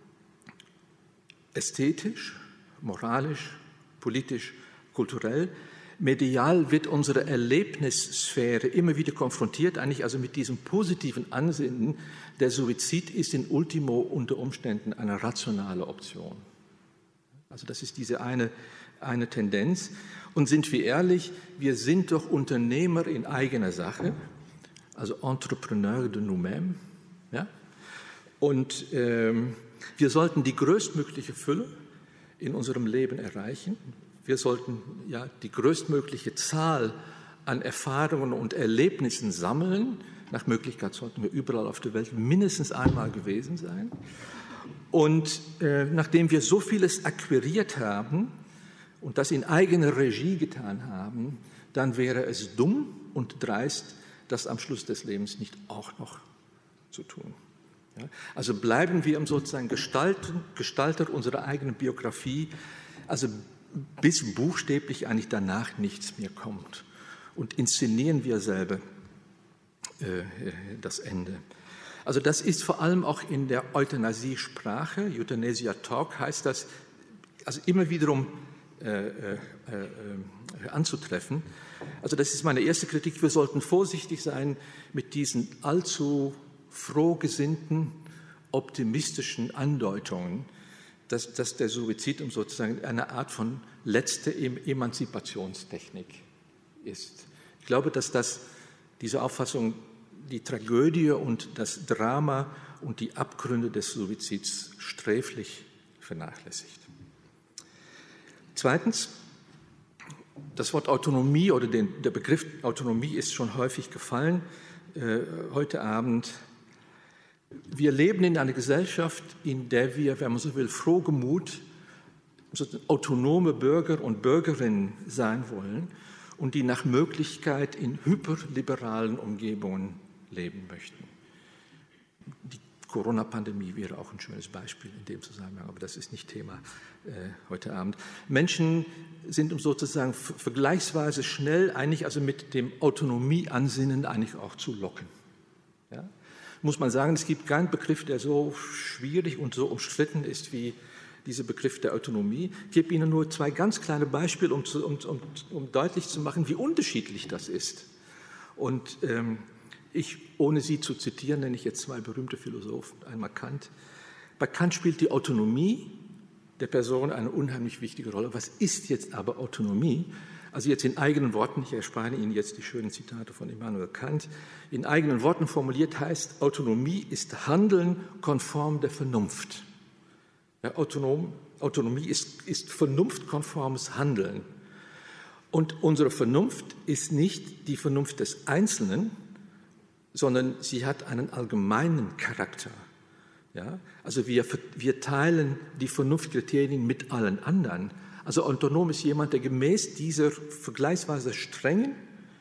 ästhetisch, moralisch, politisch, kulturell, medial wird unsere Erlebnissphäre immer wieder konfrontiert, eigentlich also mit diesem positiven Ansinnen, der Suizid ist in ultimo unter Umständen eine rationale Option. Also das ist diese eine Tendenz. Und sind wir ehrlich, wir sind doch Unternehmer in eigener Sache, also Entrepreneur de nous-mêmes. Ja? Und wir sollten die größtmögliche Fülle in unserem Leben erreichen. Wir sollten ja die größtmögliche Zahl an Erfahrungen und Erlebnissen sammeln. Nach Möglichkeit sollten wir überall auf der Welt mindestens einmal gewesen sein. Und nachdem wir so vieles akquiriert haben und das in eigener Regie getan haben, dann wäre es dumm und dreist, das am Schluss des Lebens nicht auch noch zu tun. Ja? Also bleiben wir sozusagen Gestalter unserer eigenen Biografie, also bis buchstäblich eigentlich danach nichts mehr kommt. Und inszenieren wir selber das Ende. Also das ist vor allem auch in der Euthanasie-Sprache, Euthanasia Talk heißt das, also immer wiederum anzutreffen. Also das ist meine erste Kritik. Wir sollten vorsichtig sein mit diesen allzu frohgesinnten, optimistischen Andeutungen, dass der Suizid sozusagen eine Art von letzte Emanzipationstechnik ist. Ich glaube, dass diese Auffassung die Tragödie und das Drama und die Abgründe des Suizids sträflich vernachlässigt. Zweitens, das Wort Autonomie oder der Begriff Autonomie ist schon häufig gefallen heute Abend. Wir leben in einer Gesellschaft, in der wir, wenn man so will, frohgemut autonome Bürger und Bürgerinnen sein wollen und die nach Möglichkeit in hyperliberalen Umgebungen leben möchten. Die Corona-Pandemie wäre auch ein schönes Beispiel in dem Zusammenhang, aber das ist nicht Thema heute Abend. Menschen sind sozusagen vergleichsweise schnell eigentlich also mit dem Autonomieansinnen eigentlich auch zu locken. Ja? Muss man sagen, es gibt keinen Begriff, der so schwierig und so umstritten ist wie dieser Begriff der Autonomie. Ich gebe Ihnen nur zwei ganz kleine Beispiele, um deutlich zu machen, wie unterschiedlich das ist. Und ohne Sie zu zitieren, nenne ich jetzt zwei berühmte Philosophen, einmal Kant. Bei Kant spielt die Autonomie der Person eine unheimlich wichtige Rolle. Was ist jetzt aber Autonomie? Also jetzt in eigenen Worten, ich erspare Ihnen jetzt die schönen Zitate von Immanuel Kant, in eigenen Worten formuliert heißt, Autonomie ist Handeln konform der Vernunft. Ja, Autonomie ist vernunftkonformes Handeln. Und unsere Vernunft ist nicht die Vernunft des Einzelnen, sondern sie hat einen allgemeinen Charakter. Ja? Also wir teilen die Vernunftkriterien mit allen anderen. Also autonom ist jemand, der gemäß dieser vergleichsweise strengen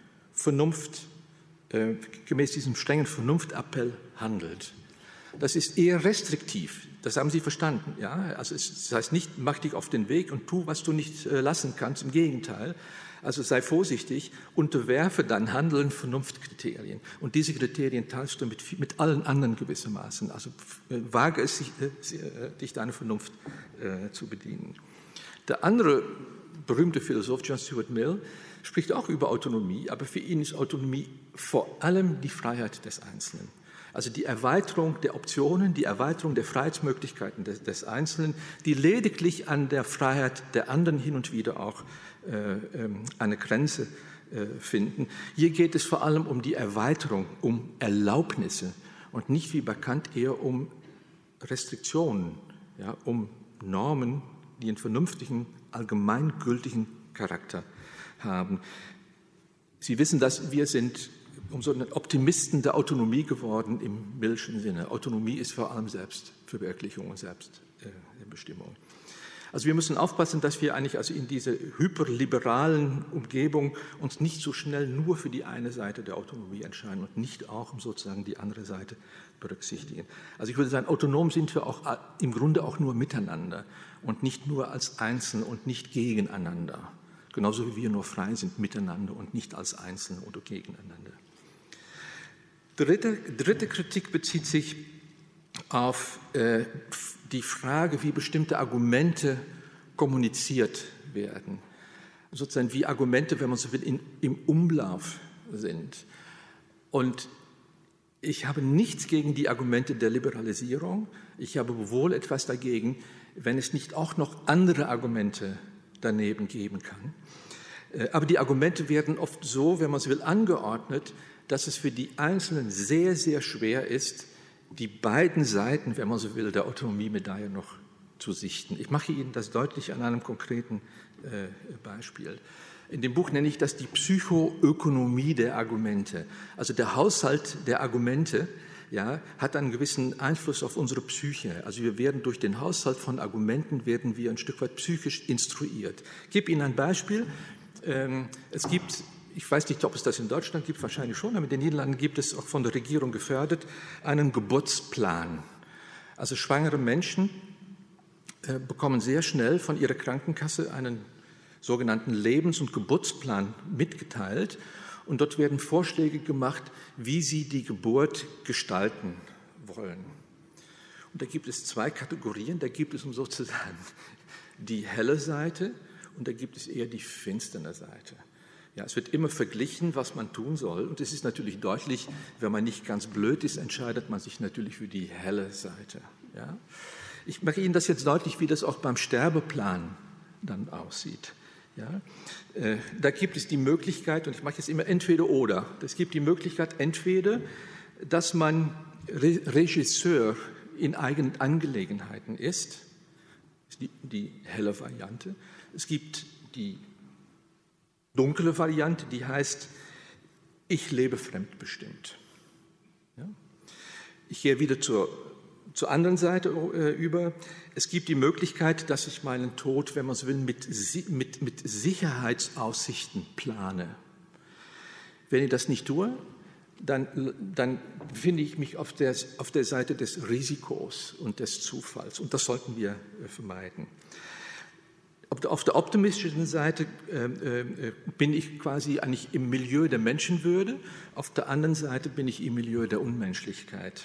gemäß diesem strengen Vernunftappell handelt. Das ist eher restriktiv. Das haben Sie verstanden. Ja? Also das heißt nicht, mach dich auf den Weg und tu, was du nicht lassen kannst. Im Gegenteil. Also sei vorsichtig, unterwerfe dein Handeln Vernunftkriterien. Und diese Kriterien teilst du mit allen anderen gewissermaßen. Also wage es, dich deiner Vernunft zu bedienen. Der andere berühmte Philosoph, John Stuart Mill, spricht auch über Autonomie, aber für ihn ist Autonomie vor allem die Freiheit des Einzelnen. Also die Erweiterung der Optionen, die Erweiterung der Freiheitsmöglichkeiten des Einzelnen, die lediglich an der Freiheit der anderen hin und wieder auch eine Grenze finden. Hier geht es vor allem um die Erweiterung, um Erlaubnisse und nicht wie bei Kant eher um Restriktionen, ja, um Normen, die einen vernünftigen, allgemeingültigen Charakter haben. Sie wissen, dass wir sind umso Optimisten der Autonomie geworden im Millschen Sinne. Autonomie ist vor allem Selbstverwirklichung und Selbstbestimmung. Also wir müssen aufpassen, dass wir eigentlich also in dieser hyperliberalen Umgebung uns nicht so schnell nur für die eine Seite der Autonomie entscheiden und nicht auch sozusagen die andere Seite berücksichtigen. Also ich würde sagen, autonom sind wir auch im Grunde auch nur miteinander und nicht nur als Einzelne und nicht gegeneinander. Genauso wie wir nur frei sind miteinander und nicht als Einzelne oder gegeneinander. Dritte Kritik bezieht sich auf die Frage, wie bestimmte Argumente kommuniziert werden. Sozusagen wie Argumente, wenn man so will, im Umlauf sind. Und ich habe nichts gegen die Argumente der Liberalisierung. Ich habe wohl etwas dagegen, wenn es nicht auch noch andere Argumente daneben geben kann. Aber die Argumente werden oft so, wenn man so will, angeordnet, dass es für die Einzelnen sehr, sehr schwer ist, die beiden Seiten, wenn man so will, der Autonomie-Medaille noch zu sichten. Ich mache Ihnen das deutlich an einem konkreten Beispiel. In dem Buch nenne ich das die Psychoökonomie der Argumente. Also der Haushalt der Argumente, ja, hat einen gewissen Einfluss auf unsere Psyche. Also wir werden durch den Haushalt von Argumenten werden wir ein Stück weit psychisch instruiert. Ich gebe Ihnen ein Beispiel. Es gibt, ich weiß nicht, ob es das in Deutschland gibt, wahrscheinlich schon, aber in den Niederlanden gibt es auch von der Regierung gefördert, einen Geburtsplan. Also schwangere Menschen bekommen sehr schnell von ihrer Krankenkasse einen sogenannten Lebens- und Geburtsplan mitgeteilt. Und dort werden Vorschläge gemacht, wie sie die Geburt gestalten wollen. Und da gibt es 2 Kategorien. Da gibt es sozusagen die helle Seite und da gibt es eher die finstere Seite. Ja, es wird immer verglichen, was man tun soll. Und es ist natürlich deutlich, wenn man nicht ganz blöd ist, entscheidet man sich natürlich für die helle Seite. Ja? Ich mache Ihnen das jetzt deutlich, wie das auch beim Sterbeplan dann aussieht. Ja? Da gibt es die Möglichkeit, und ich mache jetzt immer entweder oder, es gibt die Möglichkeit entweder, dass man Regisseur in eigenen Angelegenheiten ist, die helle Variante. Es gibt die dunkle Variante, die heißt, ich lebe fremdbestimmt. Ja? Ich gehe wieder zur anderen Seite über. Es gibt die Möglichkeit, dass ich meinen Tod, wenn man so will, mit Sicherheitsaussichten plane. Wenn ich das nicht tue, dann befinde ich mich auf der Seite des Risikos und des Zufalls. Und das sollten wir vermeiden. Auf der optimistischen Seite bin ich quasi eigentlich im Milieu der Menschenwürde. Auf der anderen Seite bin ich im Milieu der Unmenschlichkeit,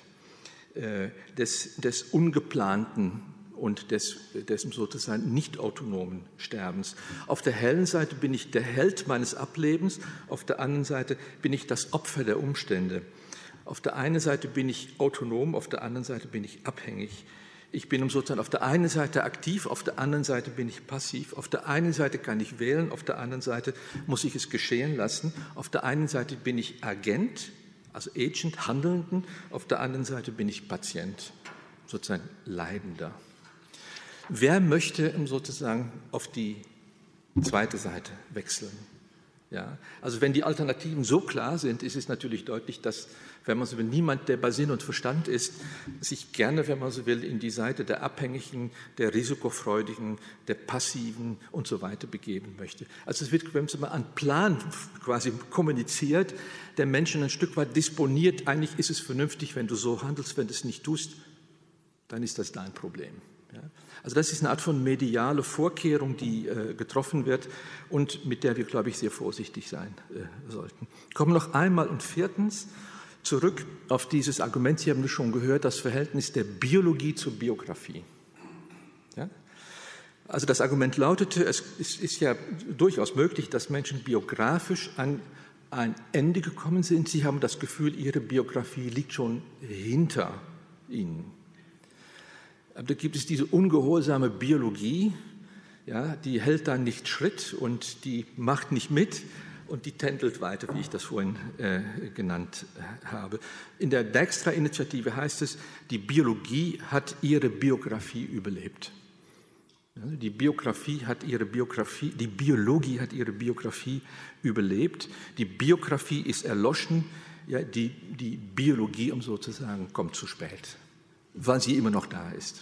des ungeplanten und des sozusagen nicht autonomen Sterbens. Auf der hellen Seite bin ich der Held meines Ablebens, auf der anderen Seite bin ich das Opfer der Umstände. Auf der einen Seite bin ich autonom, auf der anderen Seite bin ich abhängig. Ich bin sozusagen auf der einen Seite aktiv, auf der anderen Seite bin ich passiv. Auf der einen Seite kann ich wählen, auf der anderen Seite muss ich es geschehen lassen. Auf der einen Seite bin ich Agent, also Agent, Handelnden. Auf der anderen Seite bin ich Patient, sozusagen Leidender. Wer möchte sozusagen auf die zweite Seite wechseln? Ja, also wenn die Alternativen so klar sind, ist es natürlich deutlich, dass, wenn man so will, niemand, der bei Sinn und Verstand ist, sich gerne, wenn man so will, in die Seite der Abhängigen, der Risikofreudigen, der Passiven und so weiter begeben möchte. Also es wird, wenn man so mal an Plan quasi kommuniziert, der Menschen ein Stück weit disponiert, eigentlich ist es vernünftig, wenn du so handelst, wenn du es nicht tust, dann ist das dein Problem. Ja? Also das ist eine Art von mediale Vorkehrung, die getroffen wird und mit der wir, glaube ich, sehr vorsichtig sein sollten. Ich komme noch einmal und viertens zurück auf dieses Argument, Sie haben das schon gehört, das Verhältnis der Biologie zur Biografie. Ja? Also das Argument lautete, es ist ja durchaus möglich, dass Menschen biografisch an ein Ende gekommen sind. Sie haben das Gefühl, ihre Biografie liegt schon hinter ihnen. Aber da gibt es diese ungehorsame Biologie, ja, die hält dann nicht Schritt und die macht nicht mit und die tändelt weiter, wie ich das vorhin genannt habe. In der Dijkstra-Initiative heißt es, die Biologie hat ihre Biografie überlebt. Ja, die Biologie hat ihre Biografie überlebt. Die Biografie ist erloschen, ja, die Biologie, um so zu sagen, kommt zu spät, weil sie immer noch da ist.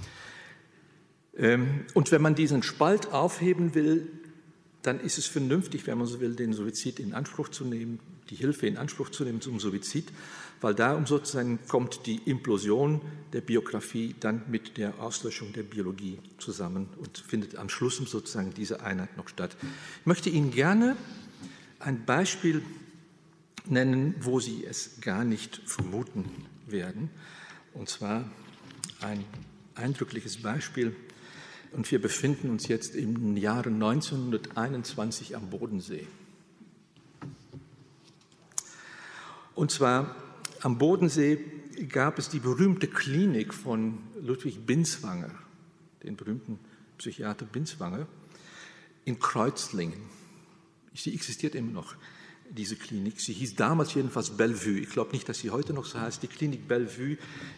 Und wenn man diesen Spalt aufheben will, dann ist es vernünftig, wenn man so will, den Suizid in Anspruch zu nehmen, die Hilfe in Anspruch zu nehmen zum Suizid, weil da sozusagen kommt die Implosion der Biografie dann mit der Auslöschung der Biologie zusammen und findet am Schluss sozusagen diese Einheit noch statt. Ich möchte Ihnen gerne ein Beispiel nennen, wo Sie es gar nicht vermuten werden, und zwar ein eindrückliches Beispiel. Und wir befinden uns jetzt im Jahre 1921 am Bodensee. Und zwar am Bodensee gab es die berühmte Klinik von Ludwig Binswanger, den berühmten Psychiater Binswanger, in Kreuzlingen. Sie existiert immer noch, diese Klinik. Sie hieß damals jedenfalls Bellevue. Ich glaube nicht, dass sie heute noch so heißt. Die Klinik Bellevue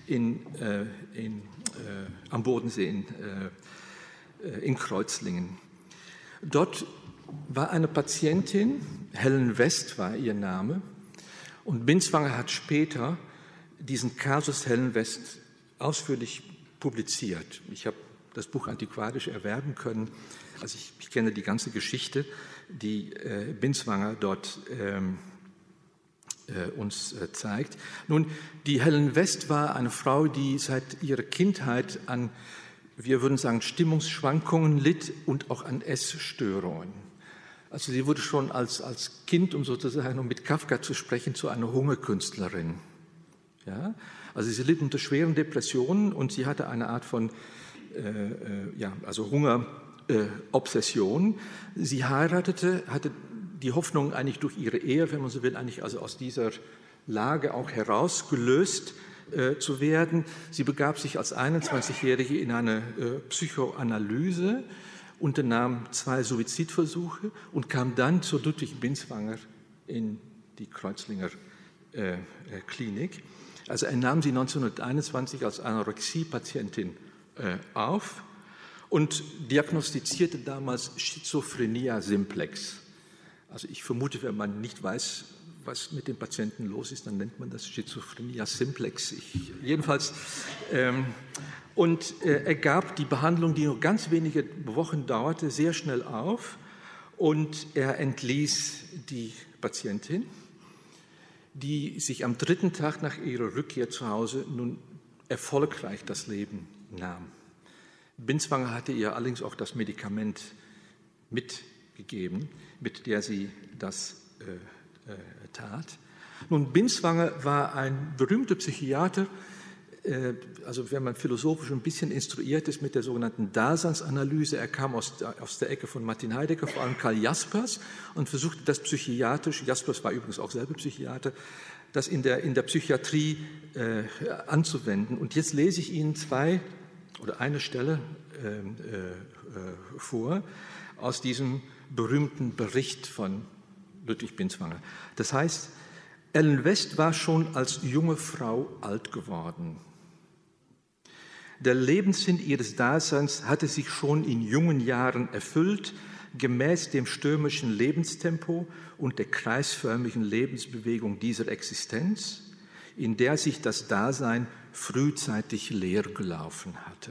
am Bodensee in Kreuzlingen. Dort war eine Patientin, Helen West war ihr Name, und Binswanger hat später diesen Kasus Helen West ausführlich publiziert. Ich habe das Buch antiquarisch erwerben können. Also ich kenne die ganze Geschichte, die Binswanger dort uns zeigt. Nun, die Helen West war eine Frau, die seit ihrer Kindheit an, wir würden sagen, Stimmungsschwankungen litt und auch an Essstörungen. Also sie wurde schon als Kind, um sozusagen mit Kafka zu sprechen, zu einer Hungerkünstlerin. Ja? Also sie litt unter schweren Depressionen und sie hatte eine Art von Hungerobsession. Sie heiratete, hatte die Hoffnung eigentlich durch ihre Ehe, wenn man so will, eigentlich also aus dieser Lage auch herausgelöst zu werden. Sie begab sich als 21-Jährige in eine Psychoanalyse, unternahm 2 Suizidversuche und kam dann zur Ludwig Binswanger in die Kreuzlinger Klinik. Also er nahm sie 1921 als Anorexie-Patientin auf und diagnostizierte damals Schizophrenia simplex. Also ich vermute, wenn man nicht weiß, was mit dem Patienten los ist, dann nennt man das Schizophrenia simplex. Und er gab die Behandlung, die nur ganz wenige Wochen dauerte, sehr schnell auf und er entließ die Patientin, die sich am 3. Tag nach ihrer Rückkehr zu Hause nun erfolgreich das Leben nahm. Binswanger hatte ihr allerdings auch das Medikament mitgegeben, mit der sie das tat. Nun, Binswanger war ein berühmter Psychiater, also wenn man philosophisch ein bisschen instruiert ist mit der sogenannten Daseinsanalyse, er kam aus der Ecke von Martin Heidegger, vor allem Karl Jaspers, und versuchte das psychiatrisch, Jaspers war übrigens auch selber Psychiater, das in der Psychiatrie anzuwenden. Und jetzt lese ich Ihnen eine Stelle vor aus diesem berühmten Bericht von Ludwig Binswanger. Das heißt, Ellen West war schon als junge Frau alt geworden. Der Lebenssinn ihres Daseins hatte sich schon in jungen Jahren erfüllt, gemäß dem stürmischen Lebenstempo und der kreisförmigen Lebensbewegung dieser Existenz, in der sich das Dasein frühzeitig leer gelaufen hatte.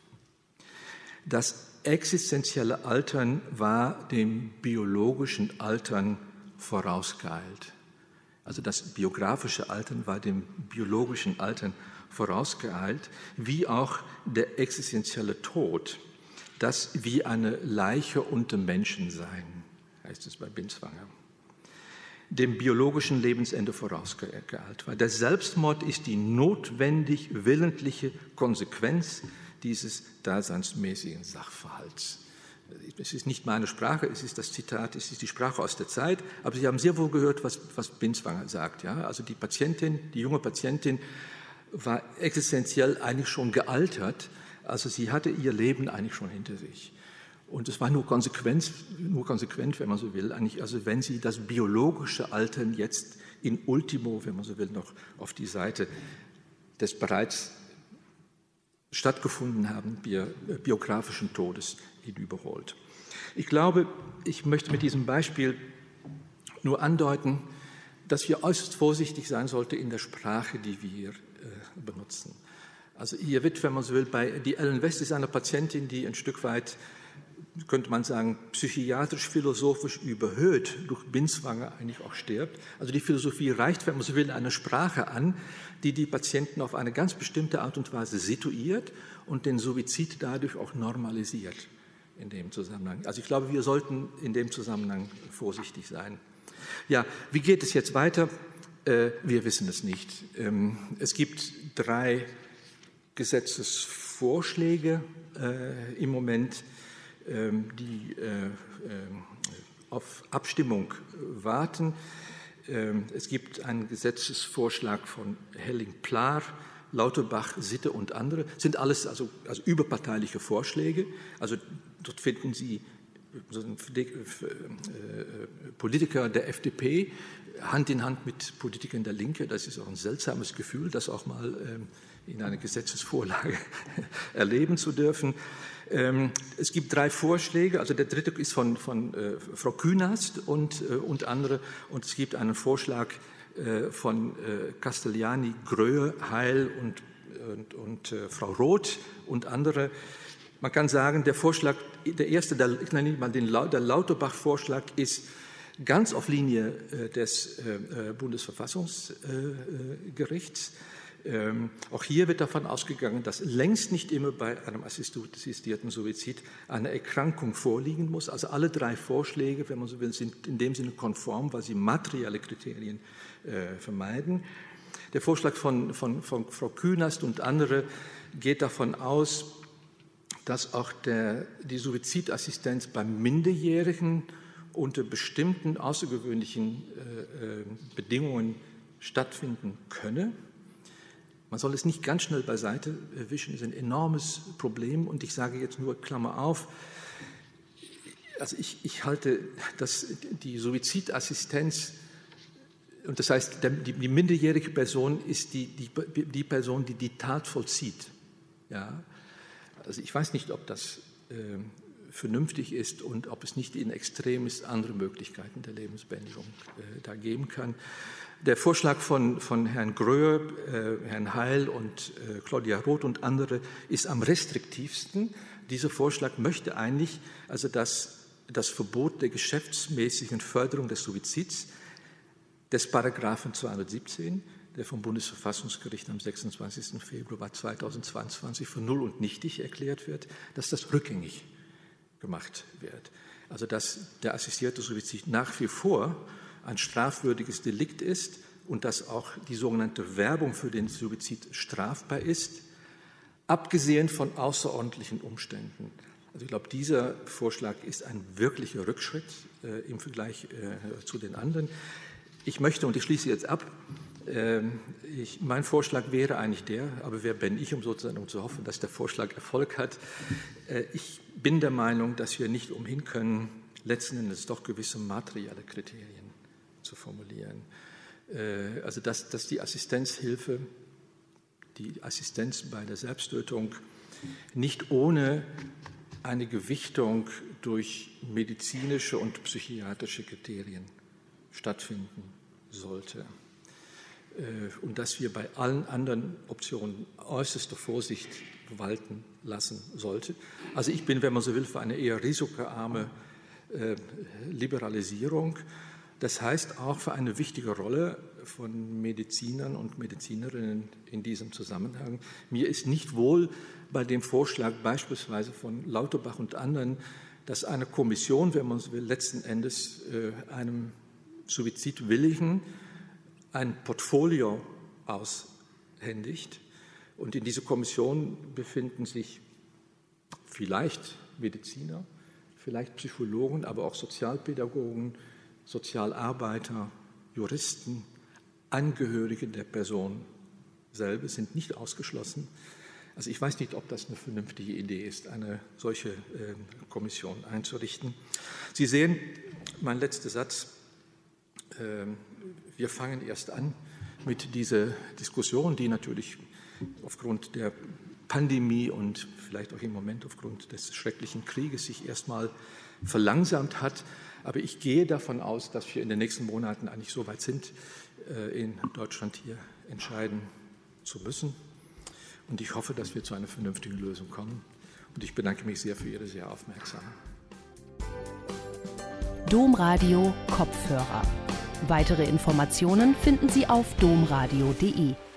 Das existenzielle Altern war dem biologischen Altern vorausgeeilt. Also das biografische Altern war dem biologischen Altern vorausgeeilt, wie auch der existenzielle Tod, das wie eine Leiche unter Menschen sein, heißt es bei Binswanger, dem biologischen Lebensende vorausgeeilt war. Der Selbstmord ist die notwendig willentliche Konsequenz dieses daseinsmäßigen Sachverhalts. Es ist nicht meine Sprache, es ist das Zitat, es ist die Sprache aus der Zeit, aber Sie haben sehr wohl gehört, was Binswanger sagt. Ja? Also die junge Patientin war existenziell eigentlich schon gealtert, also sie hatte ihr Leben eigentlich schon hinter sich. Und es war nur konsequent, wenn man so will, eigentlich, also wenn sie das biologische Altern jetzt in ultimo, wenn man so will, noch auf die Seite des bereits stattgefunden haben, biografischen Todes hinüberholt. Ich glaube, ich möchte mit diesem Beispiel nur andeuten, dass wir äußerst vorsichtig sein sollten in der Sprache, die wir benutzen. Also hier wird, wenn man so will, die Ellen West ist eine Patientin, die ein Stück weit, könnte man sagen, psychiatrisch-philosophisch überhöht durch Binswanger eigentlich auch stirbt. Also die Philosophie reicht, wenn man so will, eine Sprache an, die die Patienten auf eine ganz bestimmte Art und Weise situiert und den Suizid dadurch auch normalisiert in dem Zusammenhang. Also ich glaube, wir sollten in dem Zusammenhang vorsichtig sein. Ja, wie geht es jetzt weiter? Wir wissen es nicht. Es gibt 3 Gesetzesvorschläge im Moment, die auf Abstimmung warten. Es gibt einen Gesetzesvorschlag von Helling-Plahr, Lauterbach, Sitte und andere. Sind alles also überparteiliche Vorschläge. Also dort finden Sie Politiker der FDP Hand in Hand mit Politikern der Linke. Das ist auch ein seltsames Gefühl, das auch mal in einer Gesetzesvorlage erleben zu dürfen. Es gibt 3 Vorschläge, also der dritte ist von Frau Künast und andere, und es gibt einen Vorschlag von Castellani, Gröhe, Heil und Frau Roth und andere. Man kann sagen, der Vorschlag, der erste, ich nenne ihn mal der Lauterbach-Vorschlag, ist ganz auf Linie des Bundesverfassungsgerichts. Auch hier wird davon ausgegangen, dass längst nicht immer bei einem assistierten Suizid eine Erkrankung vorliegen muss. Also alle 3 Vorschläge, wenn man so will, sind in dem Sinne konform, weil sie materielle Kriterien vermeiden. Der Vorschlag von Frau Künast und andere geht davon aus, dass auch die Suizidassistenz beim Minderjährigen unter bestimmten außergewöhnlichen Bedingungen stattfinden könne. Man soll es nicht ganz schnell beiseite wischen, das ist ein enormes Problem. Und ich sage jetzt nur, Klammer auf, also ich halte die Suizidassistenz, und das heißt, die minderjährige Person ist die Person, die die Tat vollzieht. Ja? Also ich weiß nicht, ob das vernünftig ist und ob es nicht in Extremis andere Möglichkeiten der Lebensbeendigung da geben kann. Der Vorschlag von Herrn Gröhe, Herrn Heil und Claudia Roth und andere ist am restriktivsten. Dieser Vorschlag möchte eigentlich, also dass das Verbot der geschäftsmäßigen Förderung des Suizids des Paragraphen 217, der vom Bundesverfassungsgericht am 26. Februar 2022 für null und nichtig erklärt wird, dass das rückgängig gemacht wird. Also dass der assistierte Suizid nach wie vor ein strafwürdiges Delikt ist und dass auch die sogenannte Werbung für den Suizid strafbar ist, abgesehen von außerordentlichen Umständen. Also ich glaube, dieser Vorschlag ist ein wirklicher Rückschritt im Vergleich zu den anderen. Ich möchte, und ich schließe jetzt ab, mein Vorschlag wäre eigentlich aber wer bin ich, um sozusagen zu hoffen, dass der Vorschlag Erfolg hat. Ich bin der Meinung, dass wir nicht umhin können, letzten Endes doch gewisse materielle Kriterien zu formulieren. Also dass die Assistenzhilfe, die Assistenz bei der Selbsttötung nicht ohne eine Gewichtung durch medizinische und psychiatrische Kriterien stattfinden sollte. Und dass wir bei allen anderen Optionen äußerste Vorsicht walten lassen sollten. Also ich bin, wenn man so will, für eine eher risikoarme Liberalisierung. Das heißt auch für eine wichtige Rolle von Medizinern und Medizinerinnen in diesem Zusammenhang. Mir ist nicht wohl bei dem Vorschlag beispielsweise von Lauterbach und anderen, dass eine Kommission, wenn man so will, letzten Endes einem Suizidwilligen ein Portfolio aushändigt. Und in dieser Kommission befinden sich vielleicht Mediziner, vielleicht Psychologen, aber auch Sozialpädagogen, Sozialarbeiter, Juristen, Angehörige der Person selber sind nicht ausgeschlossen. Also ich weiß nicht, ob das eine vernünftige Idee ist, eine solche Kommission einzurichten. Sie sehen, mein letzter Satz, wir fangen erst an mit dieser Diskussion, die natürlich aufgrund der Pandemie und vielleicht auch im Moment aufgrund des schrecklichen Krieges sich erstmal verlangsamt hat. Aber ich gehe davon aus, dass wir in den nächsten Monaten eigentlich so weit sind, in Deutschland hier entscheiden zu müssen. Und ich hoffe, dass wir zu einer vernünftigen Lösung kommen. Und ich bedanke mich sehr für Ihre sehr aufmerksame. Domradio Kopfhörer. Weitere Informationen finden Sie auf domradio.de.